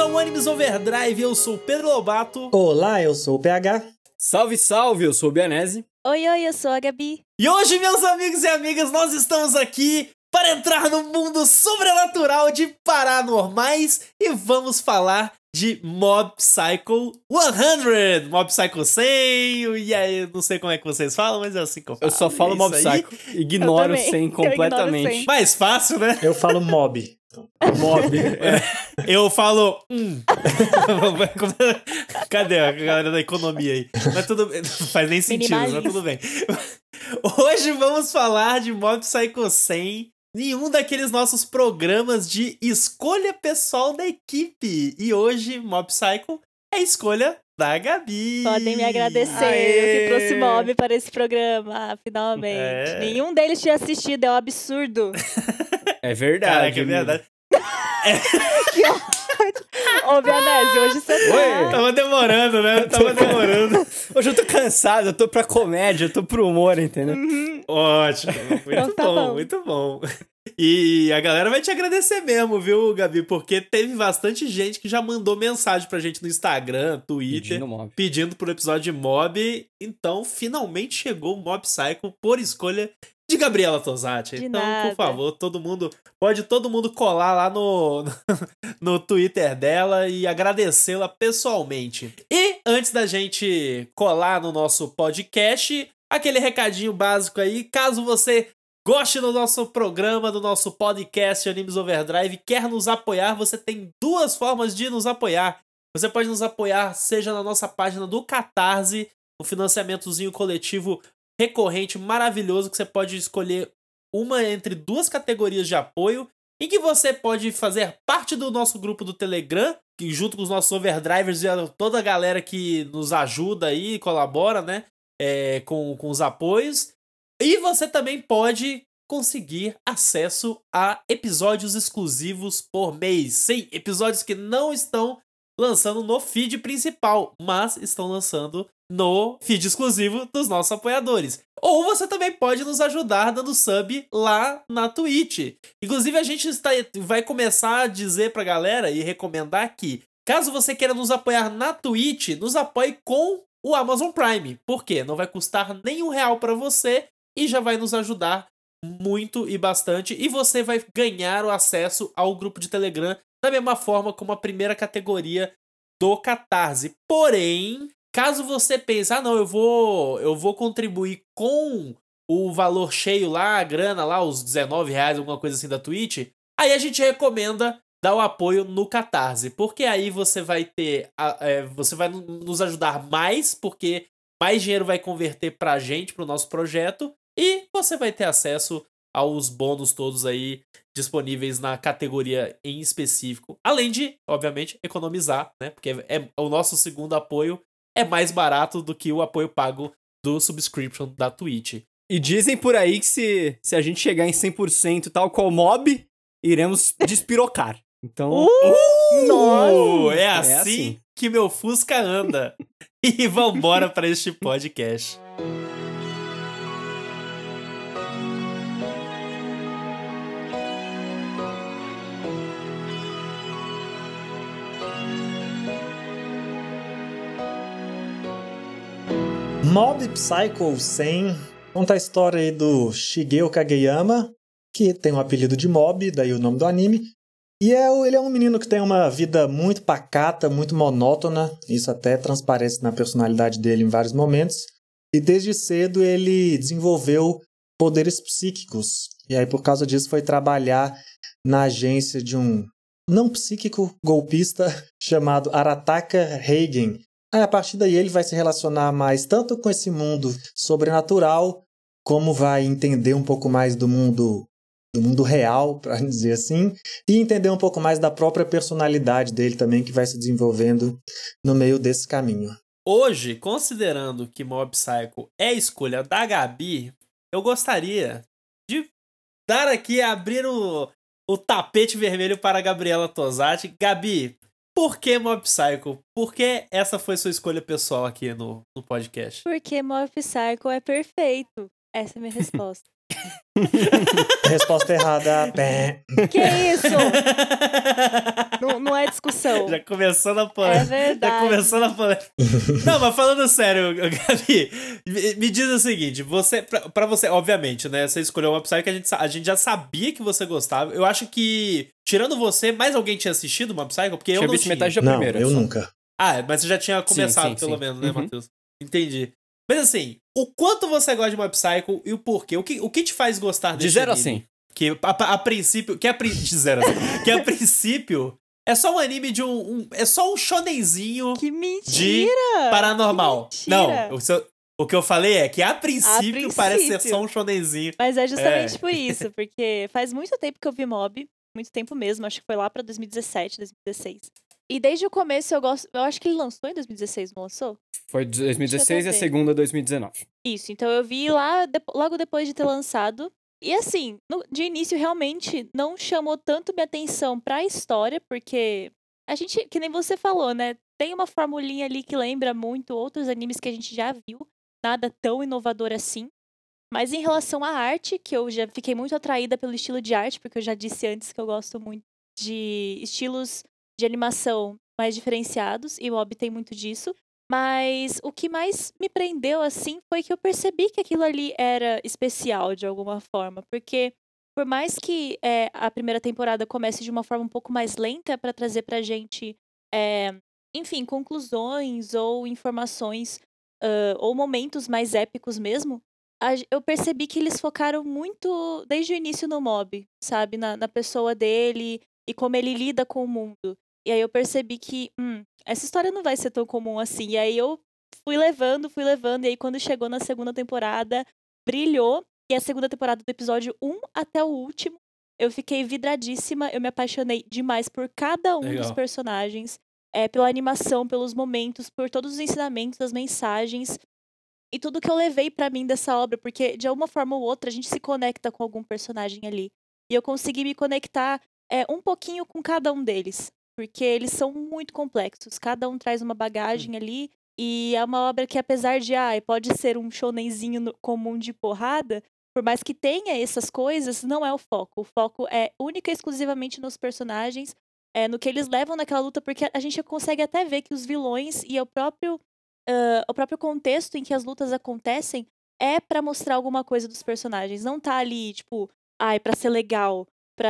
ao Animes Overdrive, eu sou o Pedro Lobato. Olá, eu sou o PH. Salve, salve, eu sou o Bianese. Oi, eu sou a Gabi. E hoje, meus amigos e amigas, nós estamos aqui para entrar no mundo sobrenatural de paranormais e vamos falar de Mob Psycho 100, Mob Psycho 100, e aí, não sei como é que vocês falam, mas é assim que eu falo. Eu só falo Mob Psycho, ignoro o 100 completamente. Mais fácil, né? Eu falo Mob. Mob. Eu falo. Cadê a galera da economia aí? Mas tudo bem. Não faz nem sentido, mas tudo bem. Hoje vamos falar de Mob Psycho 100 em um daqueles nossos programas de escolha pessoal da equipe. E hoje, Mob Psycho é a escolha da Gabi. Podem me agradecer, Aê! eu que trouxe Mob para esse programa, finalmente. Nenhum deles tinha assistido, é um absurdo. É verdade. Caraca, é verdade. Que ódio. Ô, Bianese, hoje você tá... Oi. Tava demorando, né? Tava demorando. Hoje eu tô cansado, eu tô pra comédia, eu tô pro humor, entendeu? Ótimo. Muito Então tá bom, bom. muito bom. E a galera vai te agradecer mesmo, viu, Gabi? Porque teve bastante gente que já mandou mensagem pra gente no Instagram, Twitter, pedindo por episódio de Mob. Então, finalmente chegou o Mob Psycho por escolha de Gabriela Tosatti. De Então, nada. por favor, todo mundo colar lá no Twitter dela e agradecê-la pessoalmente. E antes da gente colar no nosso podcast, aquele recadinho básico aí, caso você goste do nosso programa, do nosso podcast Animes Overdrive, quer nos apoiar, você tem duas formas de nos apoiar. Você pode nos apoiar, seja na nossa página do Catarse, um financiamentozinho coletivo recorrente, maravilhoso, que você pode escolher uma entre duas categorias de apoio, em que você pode fazer parte do nosso grupo do Telegram, que junto com os nossos overdrivers e toda a galera que nos ajuda aí, colabora, né, com os apoios. E você também pode conseguir acesso a episódios exclusivos por mês. Sim, episódios que não estão lançando no feed principal, mas estão lançando no feed exclusivo dos nossos apoiadores. Ou você também pode nos ajudar dando sub lá na Twitch. Inclusive, a gente vai começar a dizer pra galera e recomendar que, caso você queira nos apoiar na Twitch, nos apoie com o Amazon Prime. Por quê? Não vai custar nenhum real pra você e já vai nos ajudar muito e bastante. E você vai ganhar o acesso ao grupo de Telegram da mesma forma como a primeira categoria do Catarse. Porém, caso você pense, não, eu vou contribuir com o valor cheio lá, a grana lá, os R$19, alguma coisa assim da Twitch, aí a gente recomenda dar o apoio no Catarse, porque aí você vai ter, você vai nos ajudar mais, porque mais dinheiro vai converter pra gente, pro nosso projeto, e você vai ter acesso aos bônus todos aí disponíveis na categoria em específico. Além de, obviamente, economizar, né? Porque o nosso segundo apoio é mais barato do que o apoio pago do subscription da Twitch. E dizem por aí que se a gente chegar em 100% tal qual Mob, iremos despirocar. Então... Nossa! É assim que meu Fusca anda. E vambora para este podcast. Mob Psycho 100 conta a história aí do Shigeo Kageyama, que tem o apelido de Mob, daí o nome do anime. E ele é um menino que tem uma vida muito pacata, muito monótona. Isso até transparece na personalidade dele em vários momentos. E desde cedo ele desenvolveu poderes psíquicos. E aí por causa disso foi trabalhar na agência de um não psíquico golpista chamado Arataka Heigen. Aí, a partir daí ele vai se relacionar mais tanto com esse mundo sobrenatural, como vai entender um pouco mais do mundo real, para dizer assim, e entender um pouco mais da própria personalidade dele também, que vai se desenvolvendo no meio desse caminho. Hoje, considerando que Mob Psycho é a escolha da Gabi, eu gostaria de dar aqui, abrir o tapete vermelho para a Gabriela Tosatti. Gabi, por que Mob Psycho? Por que essa foi sua escolha pessoal aqui no podcast? Porque Mob Psycho é perfeito. Essa é a minha resposta. Resposta errada. Pé. Que isso? Não é discussão. Já começando a polêmica. É verdade. Já começando a polêmica. Não, mas falando sério, Gabi, me diz o seguinte, pra você, obviamente, né, você escolheu uma Psycho que a gente já sabia que você gostava. Eu acho que, tirando você, mais alguém tinha assistido uma Psycho? Porque eu não visto tinha. metade da Não, primeira. eu só. nunca. Ah, mas você já tinha começado, sim, pelo sim. menos, né, Uhum. Matheus? Entendi. Mas assim, o quanto você gosta de Mob Psycho e o porquê? O que te faz gostar De desse 0 a anime? 100. Que a princípio... De 0 a 100. Que a princípio é só um anime de é só um shonenzinho Que de mentira! paranormal. Que mentira! Não, o que eu falei é que a princípio parece ser só um shonenzinho. Mas é justamente por isso, porque faz muito tempo que eu vi Mob, muito tempo mesmo, acho que foi lá pra 2017, 2016. E desde o começo eu acho que ele lançou em 2016, não lançou? Foi de 2016 e a ver. segunda 2019. Isso, então eu vi lá logo depois de ter lançado. E assim, de início realmente não chamou tanto minha atenção pra história, porque a gente, que nem você falou, né? Tem uma formulinha ali que lembra muito outros animes que a gente já viu, nada tão inovador assim. Mas em relação à arte, que eu já fiquei muito atraída pelo estilo de arte, porque eu já disse antes que eu gosto muito de estilos de animação mais diferenciados, e o Mob tem muito disso. Mas o que mais me prendeu, assim, foi que eu percebi que aquilo ali era especial de alguma forma. Porque, por mais que a primeira temporada comece de uma forma um pouco mais lenta pra trazer pra gente, enfim, conclusões ou informações, ou momentos mais épicos mesmo, eu percebi que eles focaram muito desde o início no Mob, sabe? Na pessoa dele e como ele lida com o mundo. E aí eu percebi que, essa história não vai ser tão comum assim. E aí eu fui levando, e aí quando chegou na segunda temporada, brilhou. E a segunda temporada do episódio 1 até o último, eu fiquei vidradíssima, eu me apaixonei demais por cada um dos Legal. personagens, pela animação, pelos momentos, por todos os ensinamentos, as mensagens. E tudo que eu levei pra mim dessa obra, porque de alguma forma ou outra a gente se conecta com algum personagem ali. E eu consegui me conectar um pouquinho com cada um deles. Porque eles são muito complexos. Cada um traz uma bagagem ali. E é uma obra que, apesar de, pode ser um shonenzinho comum de porrada, por mais que tenha essas coisas, não é o foco. O foco é única e exclusivamente nos personagens, no que eles levam naquela luta, porque a gente consegue até ver que os vilões e o próprio contexto em que as lutas acontecem é pra mostrar alguma coisa dos personagens. Não tá ali, tipo, pra ser legal,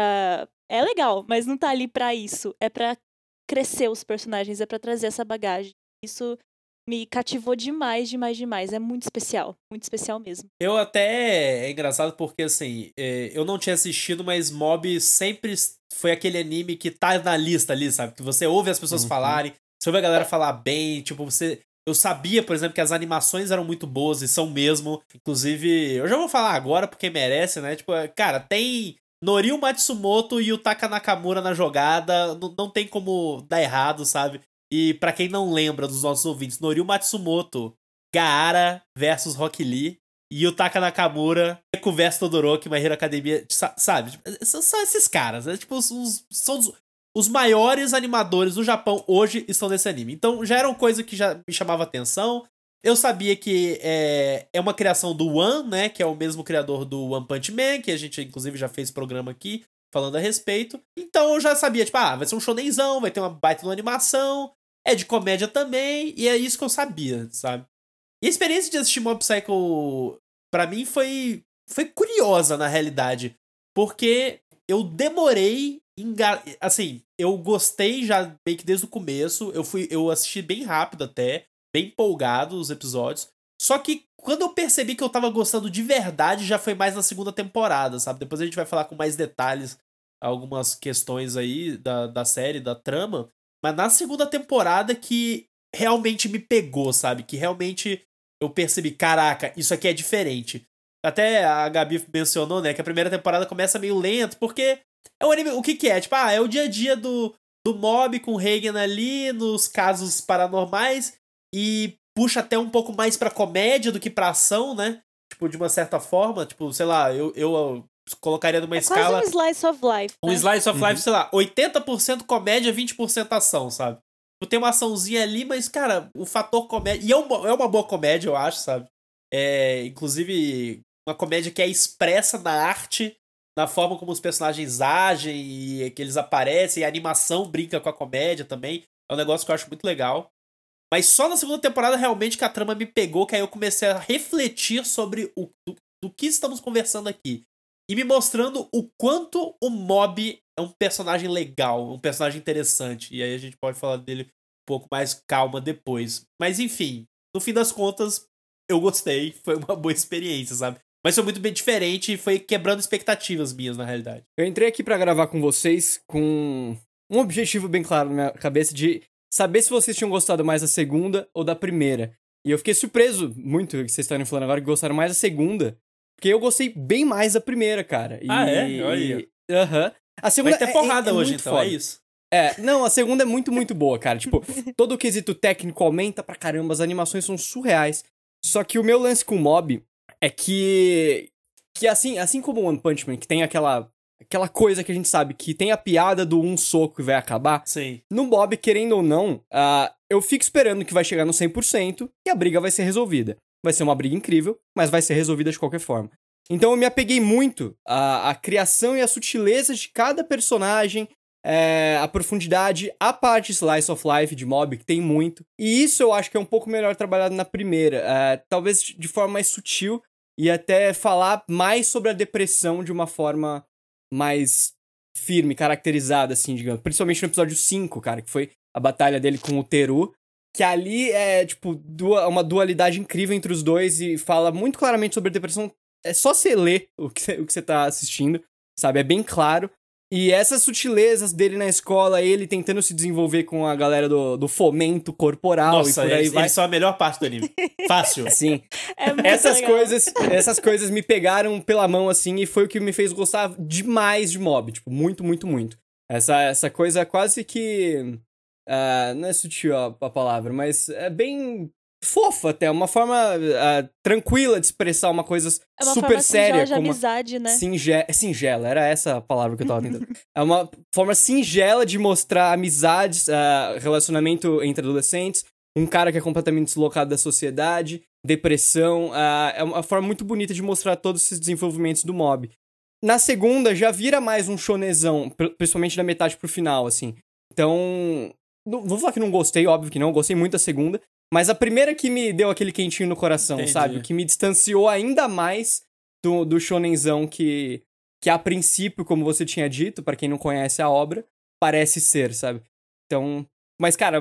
É legal, mas não tá ali pra isso. É pra crescer os personagens, é pra trazer essa bagagem. Isso me cativou demais, demais, demais. É muito especial mesmo. Eu até... É engraçado porque, assim, eu não tinha assistido, mas Mob sempre foi aquele anime que tá na lista ali, sabe? Que você ouve as pessoas falarem, você ouve a galera falar bem, tipo, Eu sabia, por exemplo, que as animações eram muito boas e são mesmo. Inclusive, eu já vou falar agora porque merece, né? Tipo, cara, tem Norio Matsumoto e o Taka Nakamura na jogada. Não tem como dar errado, sabe? E pra quem não lembra dos nossos ouvintes, Norio Matsumoto, Gaara versus Rock Lee. E o Taka Nakamura, Eiko versus Todoroki, My Hero Academia, sabe? São esses caras, né? Tipo, são os maiores animadores do Japão hoje estão nesse anime. Então já era uma coisa que já me chamava atenção. Eu sabia que é uma criação do One, né? Que é o mesmo criador do One Punch Man, que a gente inclusive já fez programa aqui falando a respeito. Então eu já sabia, tipo, vai ser um shonenzão, vai ter uma baita de uma animação, é de comédia também, e é isso que eu sabia, sabe? E a experiência de assistir Mob Psycho, pra mim, foi curiosa, na realidade. Porque eu demorei... Assim, eu gostei já meio que desde o começo. Eu assisti bem rápido até, bem empolgado os episódios. Só que quando eu percebi que eu tava gostando de verdade, já foi mais na segunda temporada, sabe? Depois a gente vai falar com mais detalhes algumas questões aí da série, da trama. Mas na segunda temporada que realmente me pegou, sabe? Que realmente eu percebi, caraca, isso aqui é diferente. Até a Gabi mencionou, né, que a primeira temporada começa meio lento, porque é um anime, o que é? Tipo, é o dia a dia do Mob com o Reigen ali, nos casos paranormais, e puxa até um pouco mais pra comédia do que pra ação, né? Tipo, de uma certa forma, tipo, sei lá, eu colocaria numa escala... quase um slice of life, né? Um slice of life, sei lá, 80% comédia, 20% ação, sabe? Tem uma açãozinha ali, mas, cara, o fator comédia... E é uma boa comédia, eu acho, sabe? Inclusive, uma comédia que é expressa na arte, na forma como os personagens agem e que eles aparecem, e a animação brinca com a comédia também. É um negócio que eu acho muito legal. Mas só na segunda temporada realmente que a trama me pegou, que aí eu comecei a refletir sobre do que estamos conversando aqui. E me mostrando o quanto o Mob é um personagem legal, um personagem interessante. E aí a gente pode falar dele um pouco mais calma depois. Mas enfim, no fim das contas, eu gostei. Foi uma boa experiência, sabe? Mas foi muito bem diferente e foi quebrando expectativas minhas, na realidade. Eu entrei aqui pra gravar com vocês com um objetivo bem claro na minha cabeça de saber se vocês tinham gostado mais da segunda ou da primeira. E eu fiquei surpreso muito que vocês estarem falando agora que gostaram mais da segunda. Porque eu gostei bem mais da primeira, cara. É? Olha. Aham. A segunda Vai ter porrada é hoje, muito então, foda. é isso. Não, a segunda é muito, muito boa, cara. Tipo, todo o quesito técnico aumenta pra caramba, as animações são surreais. Só que o meu lance com o Mob é que assim como o One Punch Man, que tem aquela coisa que a gente sabe, que tem a piada do um soco e vai acabar, Sim. no Mob, querendo ou não, eu fico esperando que vai chegar no 100% e a briga vai ser resolvida. Vai ser uma briga incrível, mas vai ser resolvida de qualquer forma. Então eu me apeguei muito à criação e à sutileza de cada personagem, a profundidade, a parte Slice of Life de Mob, que tem muito. E isso eu acho que é um pouco melhor trabalhado na primeira. Talvez de forma mais sutil e até falar mais sobre a depressão de uma forma mais firme, caracterizada, assim, digamos. Principalmente no episódio 5, cara, que foi a batalha dele com o Teru. Que ali é, tipo, uma dualidade incrível entre os dois e fala muito claramente sobre a depressão. É só você ler o que você tá assistindo, sabe? É bem claro. E essas sutilezas dele na escola, ele tentando se desenvolver com a galera do fomento corporal. Nossa, e por aí vai. eles são a melhor parte do anime. Fácil. Sim. É muito Essas legal. coisas me pegaram pela mão, assim, e foi o que me fez gostar demais de Mob. Tipo, muito, muito, muito. Essa coisa quase que... não é sutil a palavra, mas é bem fofa até. Uma forma tranquila de expressar uma coisa É uma super forma séria. singela de amizade, né? Singela, era essa a palavra que eu tava tentando. É uma forma singela de mostrar amizades, relacionamento entre adolescentes, um cara que é completamente deslocado da sociedade, depressão. É uma forma muito bonita de mostrar todos esses desenvolvimentos do Mob. Na segunda, já vira mais um shonezão, principalmente da metade pro final, assim. Então, não vou falar que não gostei, óbvio que não, gostei muito da segunda, mas a primeira que me deu aquele quentinho no coração, Entendi. sabe? Que me distanciou ainda mais do shonenzão que a princípio, como você tinha dito, pra quem não conhece a obra, parece ser, sabe? Então, mas cara,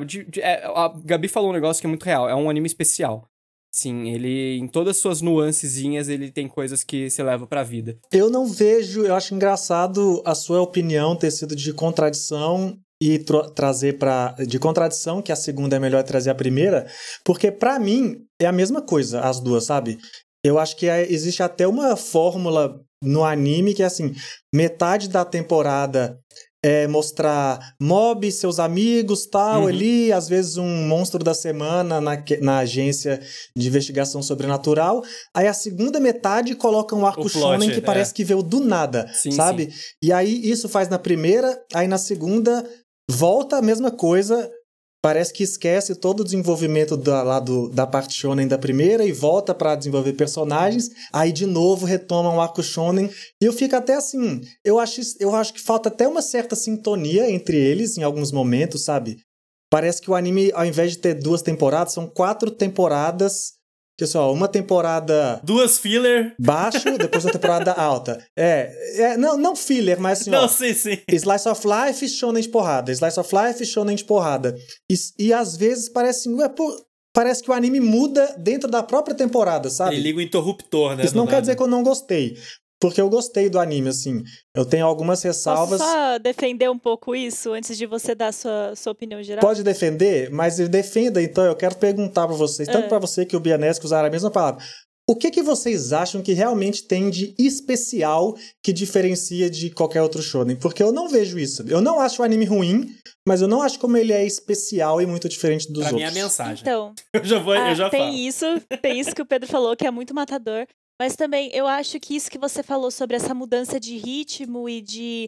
a Gabi falou um negócio que é muito real, é um anime especial. Sim, ele, em todas as suas nuancezinhas, ele tem coisas que se leva pra vida. Eu não vejo, eu acho engraçado a sua opinião ter sido de contradição e trazer de contradição, que a segunda é melhor trazer a primeira, porque pra mim é a mesma coisa, as duas, sabe? Eu acho que existe até uma fórmula no anime que é assim, metade da temporada é mostrar Mob, seus amigos, tal, ali, às vezes um monstro da semana na agência de investigação sobrenatural. Aí a segunda metade coloca um arco O plot, shonen que parece que veio do nada, Sim, sabe? sim. E aí isso faz na primeira, aí na segunda volta a mesma coisa. Parece que esquece todo o desenvolvimento da parte shonen da primeira e volta pra desenvolver personagens. Aí, de novo, retoma um arco shonen. E eu fico até assim... Eu acho que falta até uma certa sintonia entre eles em alguns momentos, sabe? Parece que o anime, ao invés de ter 2 temporadas, são 4 temporadas... Pessoal, uma temporada... 2 filler. Baixo, depois uma temporada alta. Não filler, mas assim, Não, ó... sim. Slice of Life, shonen de porrada. Slice of Life, shonen de porrada. E às vezes parece que o anime muda dentro da própria temporada, sabe? Ele liga o interruptor, né? Isso não quer dizer que eu não gostei. Porque eu gostei do anime, assim. Eu tenho algumas ressalvas. Posso só defender um pouco isso antes de você dar sua opinião geral? Pode defender, mas defenda, então. Eu quero perguntar pra vocês, tanto pra você que o Bianesco usaram a mesma palavra. O que vocês acham que realmente tem de especial que diferencia de qualquer outro shonen? Porque eu não vejo isso. Eu não acho o anime ruim, mas eu não acho como ele é especial e muito diferente dos Pra mim outros. é a mensagem. Então, Eu já tem falo. tem isso que o Pedro falou, que é muito matador. Mas também, eu acho que isso que você falou sobre essa mudança de ritmo e de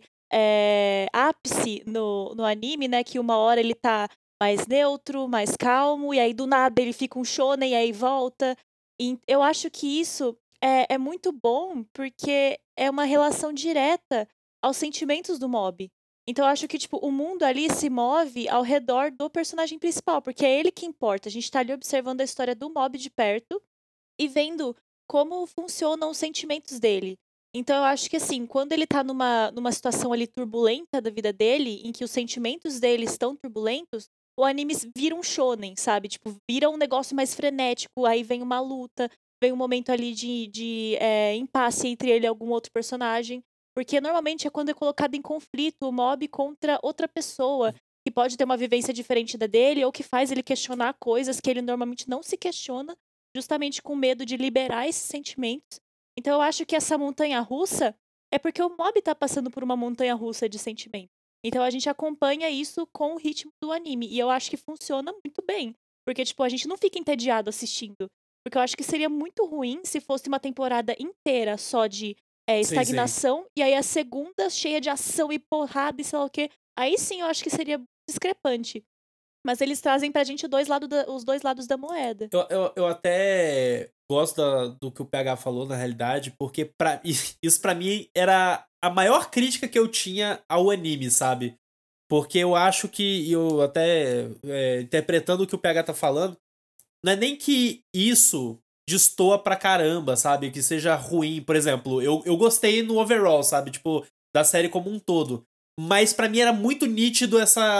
ápice no anime, né? Que uma hora ele tá mais neutro, mais calmo, e aí do nada ele fica um shonen e aí volta. E eu acho que isso é muito bom porque é uma relação direta aos sentimentos do mob. Então eu acho que, tipo, o mundo ali se move ao redor do personagem principal, porque é ele que importa. A gente tá ali observando a história do mob de perto e vendo como funcionam os sentimentos dele. Então eu acho que assim, quando ele tá numa situação ali turbulenta da vida dele, em que os sentimentos dele estão turbulentos, o anime vira um shonen, sabe? Tipo, vira um negócio mais frenético, aí vem uma luta, vem um momento ali de impasse entre ele e algum outro personagem. Porque normalmente é quando é colocado em conflito o mob contra outra pessoa, que pode ter uma vivência diferente da dele, ou que faz ele questionar coisas que ele normalmente não se questiona, justamente com medo de liberar esses sentimentos. Então eu acho que essa montanha-russa é porque o mob tá passando por uma montanha-russa de sentimento. Então a gente acompanha isso com o ritmo do anime. E eu acho que funciona muito bem. Porque, tipo, a gente não fica entediado assistindo. Porque eu acho que seria muito ruim se fosse uma temporada inteira só de Sim, sim. estagnação. E aí a segunda cheia de ação e porrada e sei lá o quê. Aí sim eu acho que seria discrepante. Mas eles trazem pra gente os dois lados da moeda. Eu até gosto do que o PH falou, na realidade, porque isso pra mim era a maior crítica que eu tinha ao anime, sabe? Porque eu acho que, e eu até interpretando o que o PH tá falando, não é nem que isso destoa pra caramba, sabe? Que seja ruim. Por exemplo, eu gostei no overall, sabe? Tipo, da série como um todo. Mas pra mim era muito nítido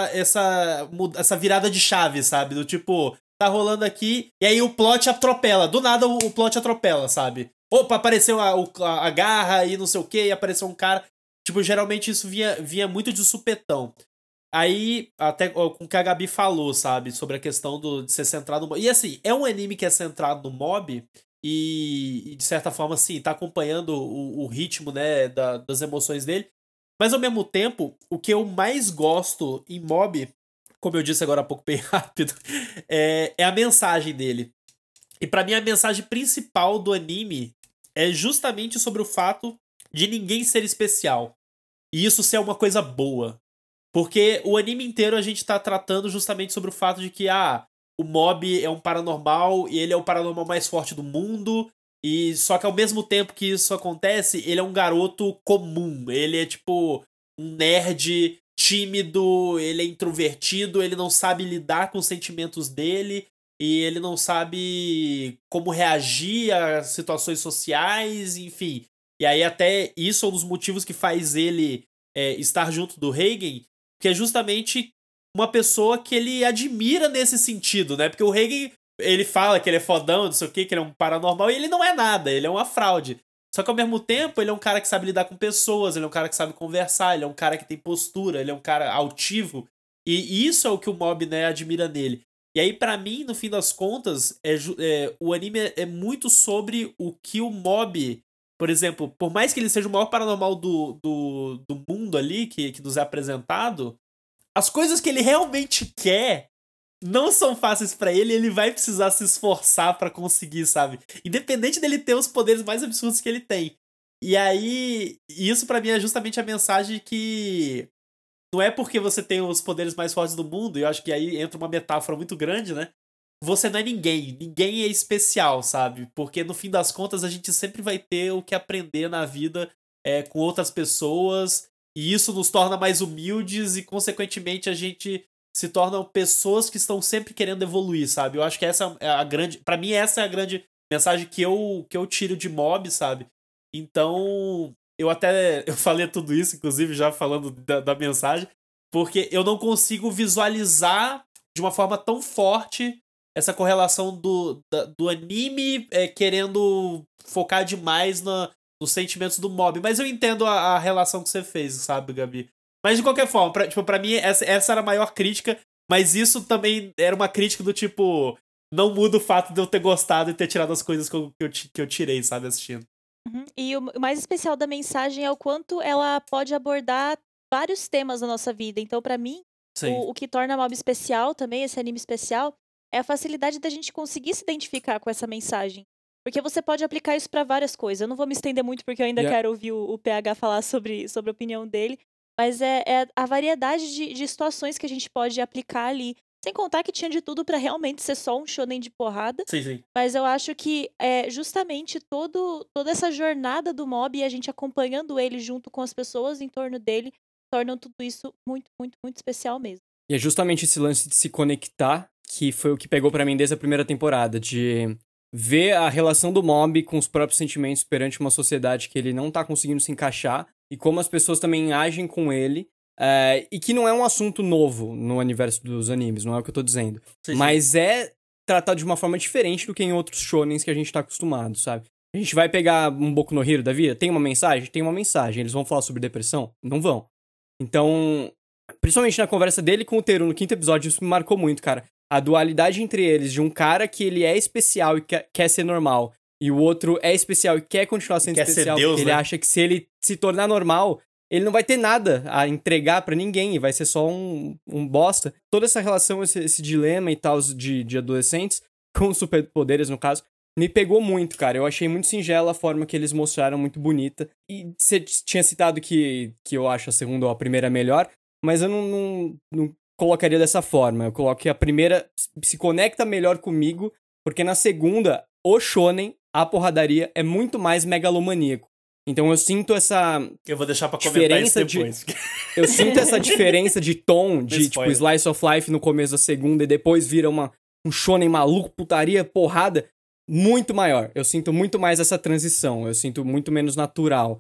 essa virada de chave, sabe? Do tipo, tá rolando aqui, e aí o plot atropela. Do nada o plot atropela, sabe? Opa, apareceu a garra e não sei o que, e apareceu um cara. Tipo, geralmente isso vinha muito de supetão. Aí, até com o que a Gabi falou, sabe? Sobre a questão de ser centrado no mob. E assim, é um anime que é centrado no mob. E de certa forma, sim, tá acompanhando o ritmo, né? Das emoções dele. Mas ao mesmo tempo, o que eu mais gosto em mob, como eu disse agora há pouco bem rápido, é a mensagem dele. E pra mim a mensagem principal do anime é justamente sobre o fato de ninguém ser especial. E isso ser uma coisa boa. Porque o anime inteiro a gente tá tratando justamente sobre o fato de que, o mob é um paranormal e ele é o paranormal mais forte do mundo. E só que ao mesmo tempo que isso acontece, ele é um garoto comum. Ele é tipo um nerd tímido, ele é introvertido, ele não sabe lidar com os sentimentos dele e ele não sabe como reagir a situações sociais, enfim. E aí até isso é um dos motivos que faz ele estar junto do Reigen, que é justamente uma pessoa que ele admira nesse sentido, né? Porque o Reigen, ele fala que ele é fodão, não sei o quê, que ele é um paranormal, e ele não é nada, ele é uma fraude. Só que ao mesmo tempo, ele é um cara que sabe lidar com pessoas, ele é um cara que sabe conversar, ele é um cara que tem postura, ele é um cara altivo. E isso é o que o mob, né, admira nele. E aí, pra mim, no fim das contas, o anime é muito sobre o que o mob. Por exemplo, por mais que ele seja o maior paranormal do mundo ali, que nos é apresentado, as coisas que ele realmente quer não são fáceis pra ele e ele vai precisar se esforçar pra conseguir, sabe? Independente dele ter os poderes mais absurdos que ele tem. E aí, isso pra mim é justamente a mensagem que não é porque você tem os poderes mais fortes do mundo, e eu acho que aí entra uma metáfora muito grande, né? Você não é ninguém. Ninguém é especial, sabe? Porque no fim das contas a gente sempre vai ter o que aprender na vida com outras pessoas. E isso nos torna mais humildes e, consequentemente, a gente se torna pessoas que estão sempre querendo evoluir, sabe? Eu acho que essa é a grande. Pra mim, essa é a grande mensagem que eu tiro de mob, sabe? Então, eu falei tudo isso, inclusive, já falando da mensagem, porque eu não consigo visualizar de uma forma tão forte essa correlação do anime querendo focar demais nos sentimentos do mob. Mas eu entendo a relação que você fez, sabe, Gabi? Mas de qualquer forma, pra mim, essa era a maior crítica, mas isso também era uma crítica do tipo. Não muda o fato de eu ter gostado e ter tirado as coisas que eu tirei, sabe, assistindo. Uhum. E o mais especial da mensagem é o quanto ela pode abordar vários temas da nossa vida. Então, pra mim, Sim. o que torna Mob especial também, esse anime especial, é a facilidade da gente conseguir se identificar com essa mensagem. Porque você pode aplicar isso pra várias coisas. Eu não vou me estender muito porque eu ainda quero ouvir o PH falar sobre a opinião dele. Mas é a variedade de situações que a gente pode aplicar ali. Sem contar que tinha de tudo pra realmente ser só um shonen de porrada. Sim. Mas eu acho que justamente toda essa jornada do Mob e a gente acompanhando ele junto com as pessoas em torno dele tornam tudo isso muito, muito, muito especial mesmo. E é justamente esse lance de se conectar que foi o que pegou pra mim desde a primeira temporada, de ver a relação do Mob com os próprios sentimentos perante uma sociedade que ele não tá conseguindo se encaixar e como as pessoas também agem com ele. E que não é um assunto novo no universo dos animes, não é o que eu tô dizendo. Sim. Mas é tratado de uma forma diferente do que em outros shonens que a gente tá acostumado, sabe? A gente vai pegar um Boku no Hero da vida? Tem uma mensagem? Tem uma mensagem. Eles vão falar sobre depressão? Não vão. Então, principalmente na conversa dele com o Teru no 5º episódio, isso me marcou muito, cara. A dualidade entre eles, de um cara que ele é especial e quer ser normal, e o outro é especial e quer continuar sendo especial, Deus, porque ele acha que se ele se tornar normal, ele não vai ter nada a entregar pra ninguém, e vai ser só um bosta. Toda essa relação, esse dilema e tal de adolescentes, com superpoderes no caso, me pegou muito, cara. Eu achei muito singela a forma que eles mostraram, muito bonita. E você tinha citado que eu acho a segunda ou a primeira melhor, mas eu não colocaria dessa forma. Eu coloco que a primeira se conecta melhor comigo, porque na segunda, o shonen, a porradaria, é muito mais megalomaníaco. Então eu sinto essa Eu vou deixar pra comentar isso depois. Eu sinto essa diferença de tom, de tipo Slice of Life no começo da segunda e depois vira um shonen maluco, putaria, porrada, muito maior. Eu sinto muito mais essa transição, eu sinto muito menos natural.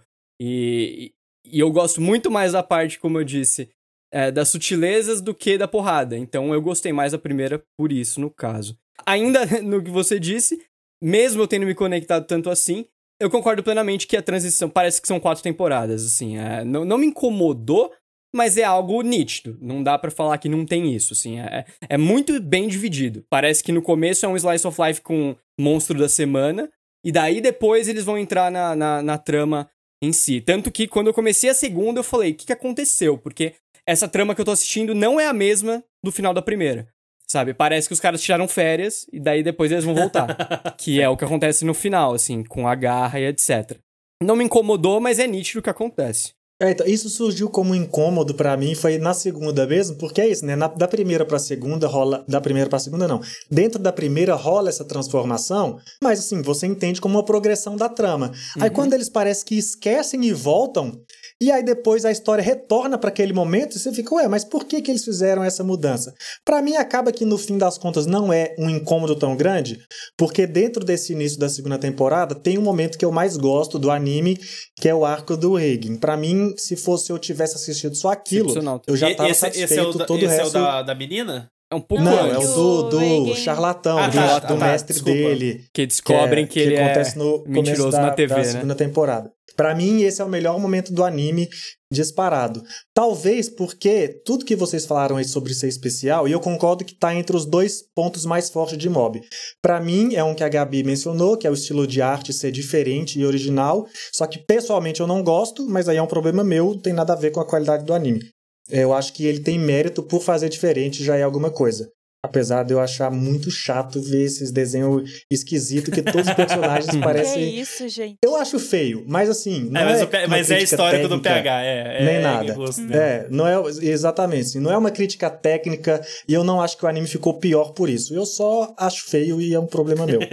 E eu gosto muito mais da parte, como eu disse, das sutilezas do que da porrada. Então eu gostei mais da primeira por isso, no caso. Ainda no que você disse, mesmo eu tendo me conectado tanto assim, eu concordo plenamente que a transição parece que são 4 temporadas, assim. Não me incomodou, mas é algo nítido. Não dá pra falar que não tem isso, assim. É muito bem dividido. Parece que no começo é um slice of life com monstro da semana, e daí depois eles vão entrar na trama em si. Tanto que quando eu comecei a segunda, eu falei, o que aconteceu? Porque essa trama que eu tô assistindo não é a mesma do final da primeira. Sabe, parece que os caras tiraram férias e daí depois eles vão voltar. Que é o que acontece no final, assim, com a garra e etc. Não me incomodou, mas é nítido o que acontece. Então, isso surgiu como incômodo pra mim, foi na segunda mesmo, porque é isso, né? Da primeira pra segunda rola... Da primeira pra segunda, não. Dentro da primeira rola essa transformação, mas assim, você entende como uma progressão da trama. Aí quando eles parecem que esquecem e voltam, e aí depois a história retorna pra aquele momento, e você fica, ué, mas por que eles fizeram essa mudança? Pra mim acaba que no fim das contas não é um incômodo tão grande, porque dentro desse início da segunda temporada tem um momento que eu mais gosto do anime, que é o arco do Reigen. Pra mim, se eu tivesse assistido só aquilo, eu já tava satisfeito. Esse é o da menina? É um pouco Não, antes. é o do charlatão, do mestre dele. Que descobrem que ele acontece no mentiroso na TV, da né? segunda temporada. Pra mim, esse é o melhor momento do anime disparado. Talvez porque tudo que vocês falaram aí sobre ser especial, e eu concordo que tá entre os 2 pontos mais fortes de Mob. Pra mim, é um que a Gabi mencionou, que é o estilo de arte ser diferente e original, só que pessoalmente eu não gosto, mas aí é um problema meu, não tem nada a ver com a qualidade do anime. Eu acho que ele tem mérito por fazer diferente, já é alguma coisa. Apesar de eu achar muito chato ver esses desenhos esquisitos que todos os personagens parecem... Que isso, gente? Eu acho feio, mas assim... Não mas é histórico técnica, do PH, nem nada. Não é, exatamente, assim, não é uma crítica técnica e eu não acho que o anime ficou pior por isso. Eu só acho feio e é um problema meu.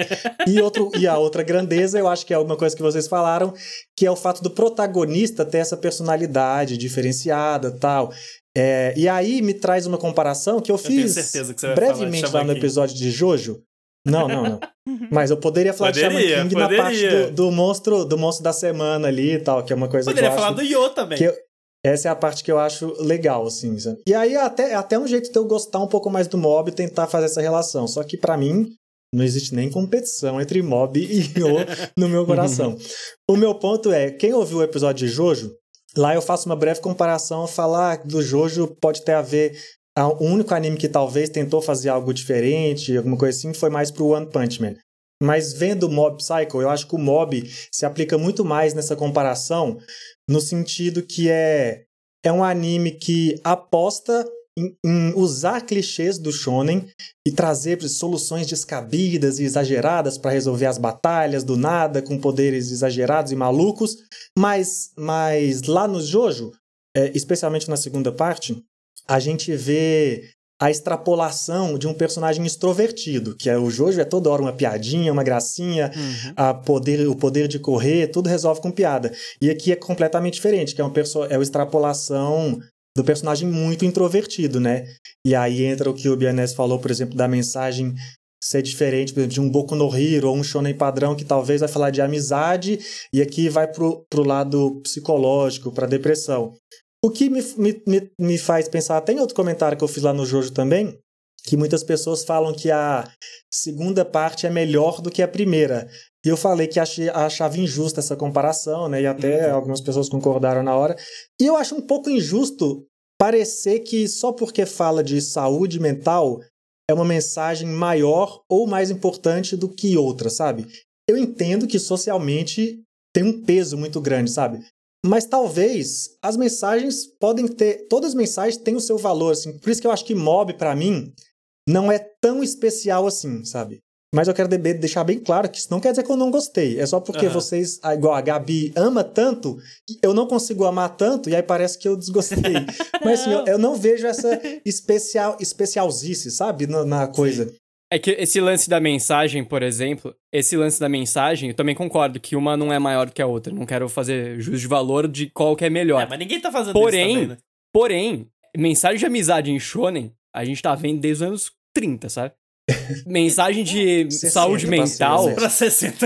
E a outra grandeza, eu acho que é alguma coisa que vocês falaram, que é o fato do protagonista ter essa personalidade diferenciada e tal... e aí me traz uma comparação que eu fiz brevemente lá no episódio de Jojo. Não. Mas eu poderia falar de Shaman King na parte do monstro da semana ali e tal, que é uma coisa poderia que eu falar acho do Yo também. Essa é a parte que eu acho legal, assim. Sabe? E aí até um jeito de eu gostar um pouco mais do Mob e tentar fazer essa relação. Só que pra mim não existe nem competição entre Mob e Yo no meu coração. O meu ponto é, quem ouviu o episódio de Jojo, lá eu faço uma breve comparação, falar do Jojo pode ter a ver... O único anime que talvez tentou fazer algo diferente, alguma coisa assim, foi mais pro One Punch Man. Mas vendo o Mob Psycho, eu acho que o Mob se aplica muito mais nessa comparação, no sentido que é um anime que aposta em usar clichês do shonen e trazer soluções descabidas e exageradas para resolver as batalhas do nada, com poderes exagerados e malucos, mas lá no Jojo, especialmente na segunda parte, a gente vê a extrapolação de um personagem extrovertido, que é o Jojo, é toda hora uma piadinha, uma gracinha, o poder de correr, tudo resolve com piada. E aqui é completamente diferente, que é a extrapolação do personagem muito introvertido, né? E aí entra o que o Bianese falou, por exemplo, da mensagem ser diferente, por exemplo, de um Boku no Hero ou um shonen padrão que talvez vai falar de amizade e aqui vai pro lado psicológico, pra depressão. O que me faz pensar, tem outro comentário que eu fiz lá no Jojo também, que muitas pessoas falam que a segunda parte é melhor do que a primeira. E eu falei que achava injusta essa comparação, né? E até algumas pessoas concordaram na hora. E eu acho um pouco injusto parecer que só porque fala de saúde mental é uma mensagem maior ou mais importante do que outra, sabe? Eu entendo que socialmente tem um peso muito grande, sabe? Mas talvez as mensagens podem ter... Todas as mensagens têm o seu valor, assim. Por isso que eu acho que Mob, pra mim, não é tão especial assim, sabe? Mas eu quero deixar bem claro que isso não quer dizer que eu não gostei. É só porque vocês, igual a Gabi, ama tanto, eu não consigo amar tanto, e aí parece que eu desgostei. Mas assim, eu não vejo essa especialzice, sabe? Na coisa. Sim. É que esse lance da mensagem, por exemplo, eu também concordo que uma não é maior do que a outra. Não quero fazer juízo de valor de qual que é melhor. Mas ninguém tá fazendo isso também, né? Porém, mensagem de amizade em shonen, a gente tá vendo desde os anos 30, sabe? Mensagem de 60, saúde mental... Pra 60.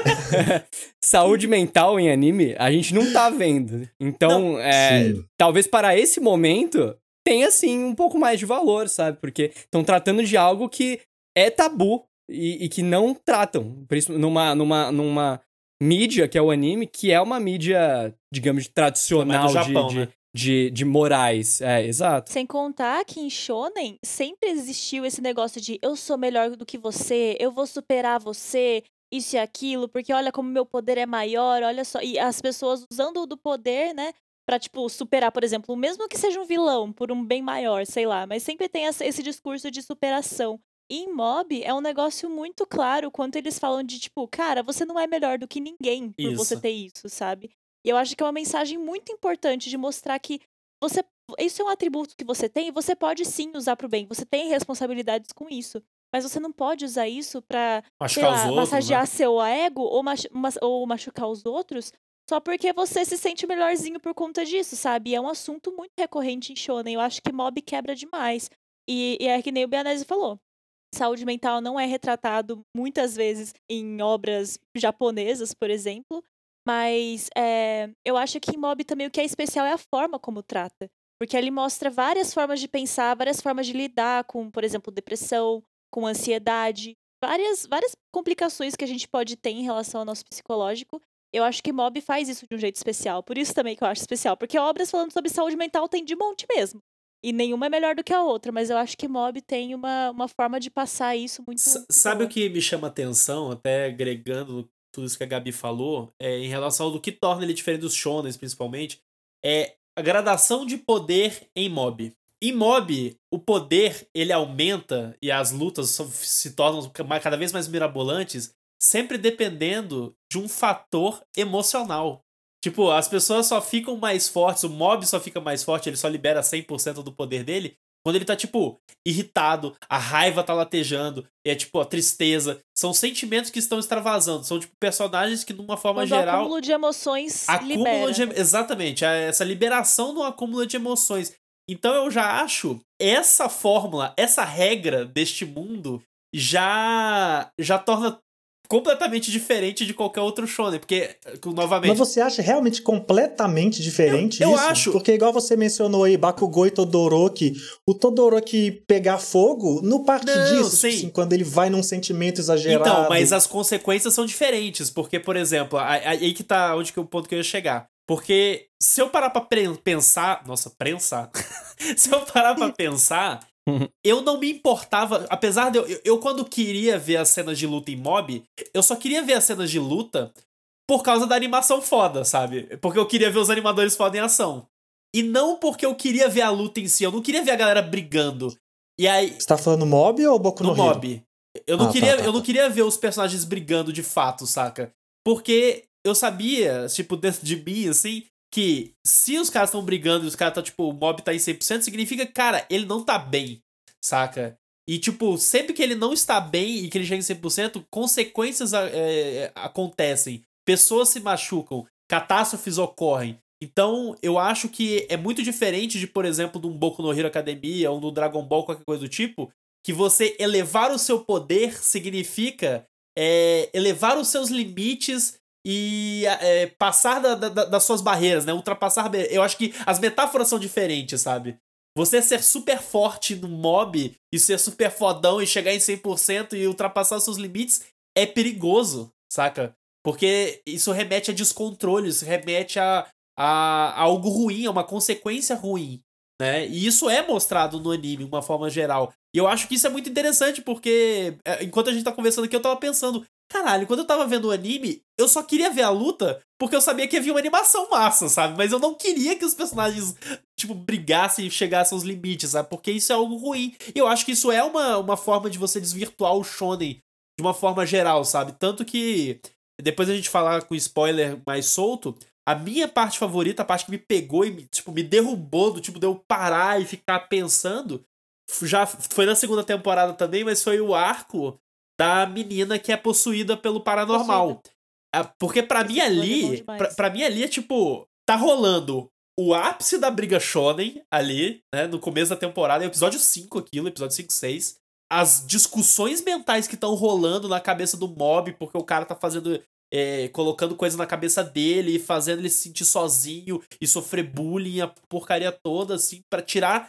Saúde mental em anime, a gente não tá vendo. Então, talvez para esse momento, tenha, sim, um pouco mais de valor, sabe? Porque estão tratando de algo que é tabu e que não tratam. Numa mídia, que é o anime, que é uma mídia, digamos, tradicional Japão, né? de morais. É, exato. Sem contar que em shonen sempre existiu esse negócio de eu sou melhor do que você, eu vou superar você, isso e aquilo, porque olha como meu poder é maior, olha só. E as pessoas usando do poder, né, pra, tipo, superar, por exemplo, mesmo que seja um vilão, por um bem maior, sei lá. Mas sempre tem esse discurso de superação. E em Mob é um negócio muito claro quando eles falam de, tipo, cara, você não é melhor do que ninguém por você ter isso, sabe? E eu acho que é uma mensagem muito importante de mostrar que isso é um atributo que você tem e você pode sim usar pro bem. Você tem responsabilidades com isso. Mas você não pode usar isso pra, sei lá, massagear seu ego ou machucar os outros só porque você se sente melhorzinho por conta disso, sabe? E é um assunto muito recorrente em shonen. Eu acho que Mob quebra demais. E é que nem o Bianese falou. Saúde mental não é retratado muitas vezes em obras japonesas, por exemplo. Mas eu acho que em Mob também o que é especial é a forma como trata. Porque ele mostra várias formas de pensar, várias formas de lidar com, por exemplo, depressão, com ansiedade, várias complicações que a gente pode ter em relação ao nosso psicológico. Eu acho que Mob faz isso de um jeito especial. Por isso também que eu acho especial. Porque obras falando sobre saúde mental tem de monte mesmo. E nenhuma é melhor do que a outra, mas eu acho que Mob tem uma forma de passar isso muito Sabe boa. o que me chama atenção, até agregando tudo isso que a Gabi falou, em relação ao que torna ele diferente dos shonens, principalmente, é a gradação de poder em Mob. Em Mob, o poder, ele aumenta e as lutas se tornam cada vez mais mirabolantes, sempre dependendo de um fator emocional. Tipo, as pessoas só ficam mais fortes, o Mob só fica mais forte, ele só libera 100% do poder dele quando ele tá, tipo, irritado, a raiva tá latejando, tipo, a tristeza. São sentimentos que estão extravasando, são, tipo, personagens que, numa forma quando geral... o acúmulo de emoções libera. Exatamente, essa liberação do acúmulo de emoções. Então eu já acho essa fórmula, essa regra deste mundo já torna completamente diferente de qualquer outro shonen, porque, novamente... Mas você acha realmente completamente diferente eu isso? Acho. Porque igual você mencionou aí, Bakugou e Todoroki, o Todoroki pegar fogo, não parte disso, tipo assim, quando ele vai num sentimento exagerado. Então, mas as consequências são diferentes, porque, por exemplo, aí que tá o ponto que eu ia chegar. Porque se eu parar pra pensar... Nossa, prensar? Se eu parar pra pensar... Eu não me importava, apesar de eu quando queria ver as cenas de luta em Mob, eu só queria ver as cenas de luta por causa da animação foda, sabe? Porque eu queria ver os animadores foda em ação. E não porque eu queria ver a luta em si, eu não queria ver a galera brigando. E aí... Você tá falando Mob ou Boku no Hero? No Mob. Eu não queria ver os personagens brigando de fato, saca? Porque eu sabia, tipo, dentro de mim, assim... que se os caras estão brigando e os caras tá, tipo, o Mob tá em 100%, significa, cara, ele não tá bem, saca? E, tipo, sempre que ele não está bem e que ele chega em 100%, consequências acontecem. Pessoas se machucam, catástrofes ocorrem. Então, eu acho que é muito diferente de, por exemplo, de um Boku no Hero Academia ou do Dragon Ball, qualquer coisa do tipo, que você elevar o seu poder significa elevar os seus limites e passar das suas barreiras, né? Ultrapassar. Eu acho que as metáforas são diferentes, sabe? Você ser super forte no mob e ser super fodão e chegar em 100% e ultrapassar os seus limites é perigoso, saca? Porque isso remete a descontrole, isso remete a algo ruim, a uma consequência ruim, né? E isso é mostrado no anime, de uma forma geral. E eu acho que isso é muito interessante, porque enquanto a gente tá conversando aqui, eu tava pensando, caralho, quando eu tava vendo o anime, eu só queria ver a luta porque eu sabia que havia uma animação massa, sabe? Mas eu não queria que os personagens, tipo, brigassem e chegassem aos limites, sabe? Porque isso é algo ruim. E eu acho que isso é uma forma de você desvirtuar o shonen de uma forma geral, sabe? Tanto que, depois a gente falar com spoiler mais solto, a minha parte favorita, a parte que me pegou e tipo, me derrubou, do tipo, de eu parar e ficar pensando, já foi na segunda temporada também, mas foi o arco da menina que é possuída pelo paranormal. Porque pra mim ali, pra mim ali é tipo, tá rolando o ápice da briga shonen ali, né, no começo da temporada, é o episódio 5 aquilo, episódio 5, 6. As discussões mentais que estão rolando na cabeça do mob, porque o cara tá fazendo... colocando coisa na cabeça dele, fazendo ele se sentir sozinho e sofrer bullying, a porcaria toda, assim, pra tirar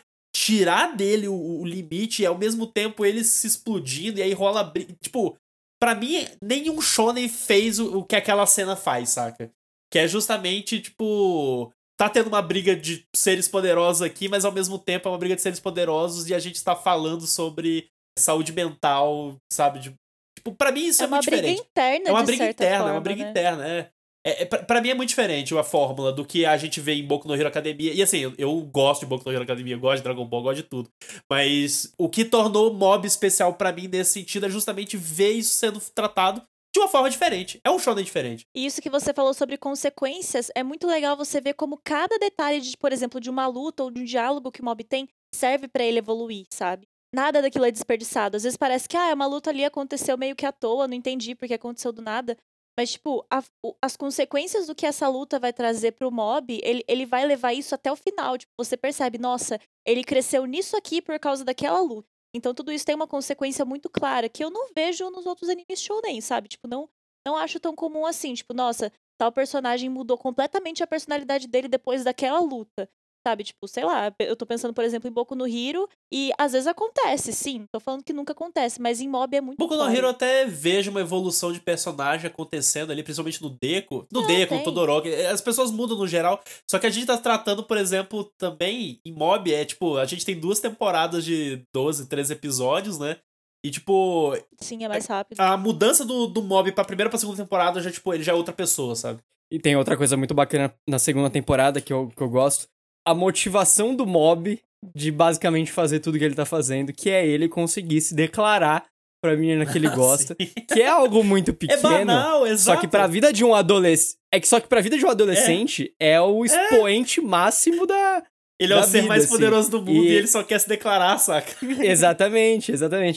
dele o limite e ao mesmo tempo ele se explodindo e aí rola briga. Tipo, pra mim, nenhum shonen fez o que aquela cena faz, saca? Que é justamente, tipo, tá tendo uma briga de seres poderosos aqui, mas ao mesmo tempo é uma briga de seres poderosos e a gente tá falando sobre saúde mental, sabe? Tipo, pra mim isso é muito diferente. É uma briga interna, É uma briga interna. Pra mim é muito diferente a fórmula do que a gente vê em Boku no Hero Academia. E assim, eu gosto de Boku no Hero Academia, eu gosto de Dragon Ball, eu gosto de tudo. Mas o que tornou o mob especial pra mim nesse sentido é justamente ver isso sendo tratado de uma forma diferente. É um shonen diferente. E isso que você falou sobre consequências, é muito legal você ver como cada detalhe, por exemplo, de uma luta ou de um diálogo que o mob tem, serve pra ele evoluir, sabe? Nada daquilo é desperdiçado. Às vezes parece que uma luta ali aconteceu meio que à toa, não entendi porque aconteceu do nada. Mas, tipo, as consequências do que essa luta vai trazer pro mob, ele vai levar isso até o final. Tipo, você percebe, nossa, ele cresceu nisso aqui por causa daquela luta. Então, tudo isso tem uma consequência muito clara, que eu não vejo nos outros animes shounen, sabe? Tipo, não acho tão comum assim. Tipo, nossa, tal personagem mudou completamente a personalidade dele depois daquela luta. Sabe, tipo, sei lá, eu tô pensando, por exemplo, em Boku no Hero, e às vezes acontece, sim, tô falando que nunca acontece, mas em mob é muito Boku no Hero eu até vejo uma evolução de personagem acontecendo ali, principalmente no Deku. No tem. Todoroki, as pessoas mudam no geral, só que a gente tá tratando, por exemplo, também em mob, tipo, a gente tem 2 temporadas de 12, 13 episódios, né? E, tipo... Sim, é mais rápido. A mudança do mob pra primeira pra segunda temporada, já, tipo, ele já é outra pessoa, sabe? E tem outra coisa muito bacana na segunda temporada que eu gosto. A motivação do mob de basicamente fazer tudo que ele tá fazendo, que é ele conseguir se declarar pra menina que ele gosta, que é algo muito pequeno. É banal, exato. Só que pra vida de um adolescente... Só que pra vida de um adolescente é o expoente máximo da... Ele é o ser mais poderoso do mundo e ele só quer se declarar, saca? Exatamente.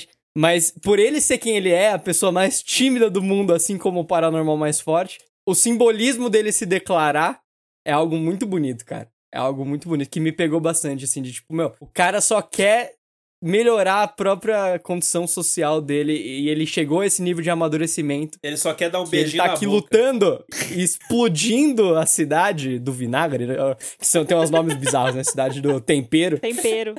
Mas por ele ser quem ele é, a pessoa mais tímida do mundo, assim como o paranormal mais forte, o simbolismo dele se declarar é algo muito bonito, cara. É algo muito bonito, que me pegou bastante, assim, de tipo, o cara só quer melhorar a própria condição social dele e ele chegou a esse nível de amadurecimento. Ele só quer dar um beijinho na boca. Ele tá aqui lutando e explodindo a cidade do vinagre, que tem uns nomes bizarros, né? Cidade do tempero. Tempero.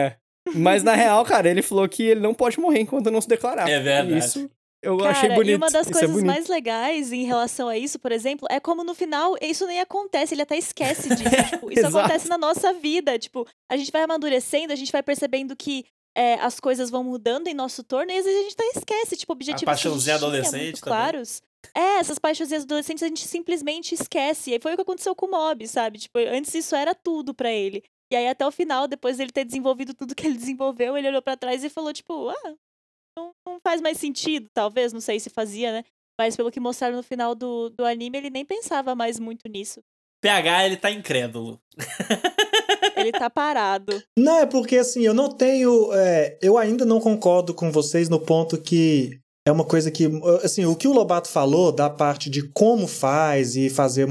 Mas na real, cara, ele falou que ele não pode morrer enquanto não se declarar. É verdade. Isso eu achei bonito. E uma das coisas mais legais em relação a isso, por exemplo, é como no final isso nem acontece, ele até esquece disso. Tipo, isso acontece na nossa vida. Tipo, a gente vai amadurecendo, a gente vai percebendo que as coisas vão mudando em nosso torno e às vezes a gente até esquece, tipo, objetivos a paixãozinha adolescente muito claros. Essas paixãozinhas adolescentes a gente simplesmente esquece. E foi o que aconteceu com o Mob, sabe? Tipo, antes isso era tudo pra ele. E aí até o final, depois dele ter desenvolvido tudo que ele desenvolveu, ele olhou pra trás e falou, tipo, não faz mais sentido, talvez, não sei se fazia, né? Mas pelo que mostraram no final do anime, ele nem pensava mais muito nisso. PH, ele tá incrédulo. Ele tá parado. Não, é porque assim, eu não tenho. Eu ainda não concordo com vocês no ponto que é uma coisa que. Assim, o que o Lobato falou da parte de como faz e fazer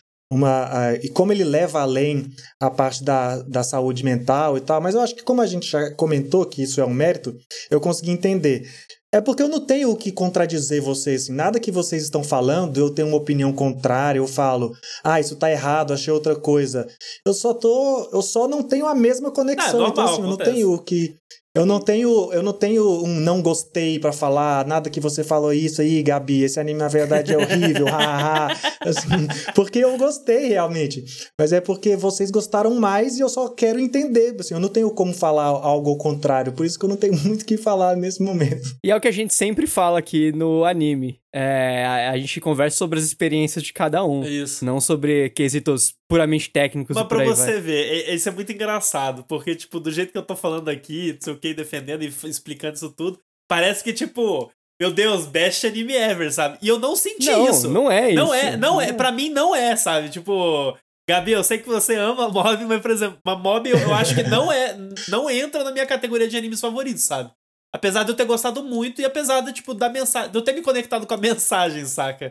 e como ele leva além a parte da saúde mental e tal, mas eu acho que como a gente já comentou que isso é um mérito, eu consegui entender. É porque eu não tenho o que contradizer vocês, assim, nada que vocês estão falando, eu tenho uma opinião contrária, eu falo, isso tá errado, achei outra coisa. Eu só não tenho a mesma conexão, normal, então assim, eu não acontece. tenho o que... Eu não tenho um não gostei pra falar, nada que você falou isso aí, Gabi, esse anime na verdade é horrível, haha. Assim, porque eu gostei realmente, mas é porque vocês gostaram mais e eu só quero entender, assim, eu não tenho como falar algo ao contrário, por isso que eu não tenho muito o que falar nesse momento. E é o que a gente sempre fala aqui no anime. A gente conversa sobre as experiências de cada um. Isso. Não sobre quesitos puramente técnicos Mas e por pra aí você vai. ver, isso é muito engraçado, porque, tipo, do jeito que eu tô falando aqui, não sei o que, defendendo e explicando isso tudo, parece que, tipo, meu Deus, best anime ever, sabe? E eu não senti isso. Não é isso. Não é, pra mim não é, sabe? Tipo, Gabi, eu sei que você ama Mob, mas, por exemplo, Mob eu acho que não entra na minha categoria de animes favoritos, sabe? Apesar de eu ter gostado muito e apesar de, tipo, da mensagem, de eu ter me conectado com a mensagem, saca?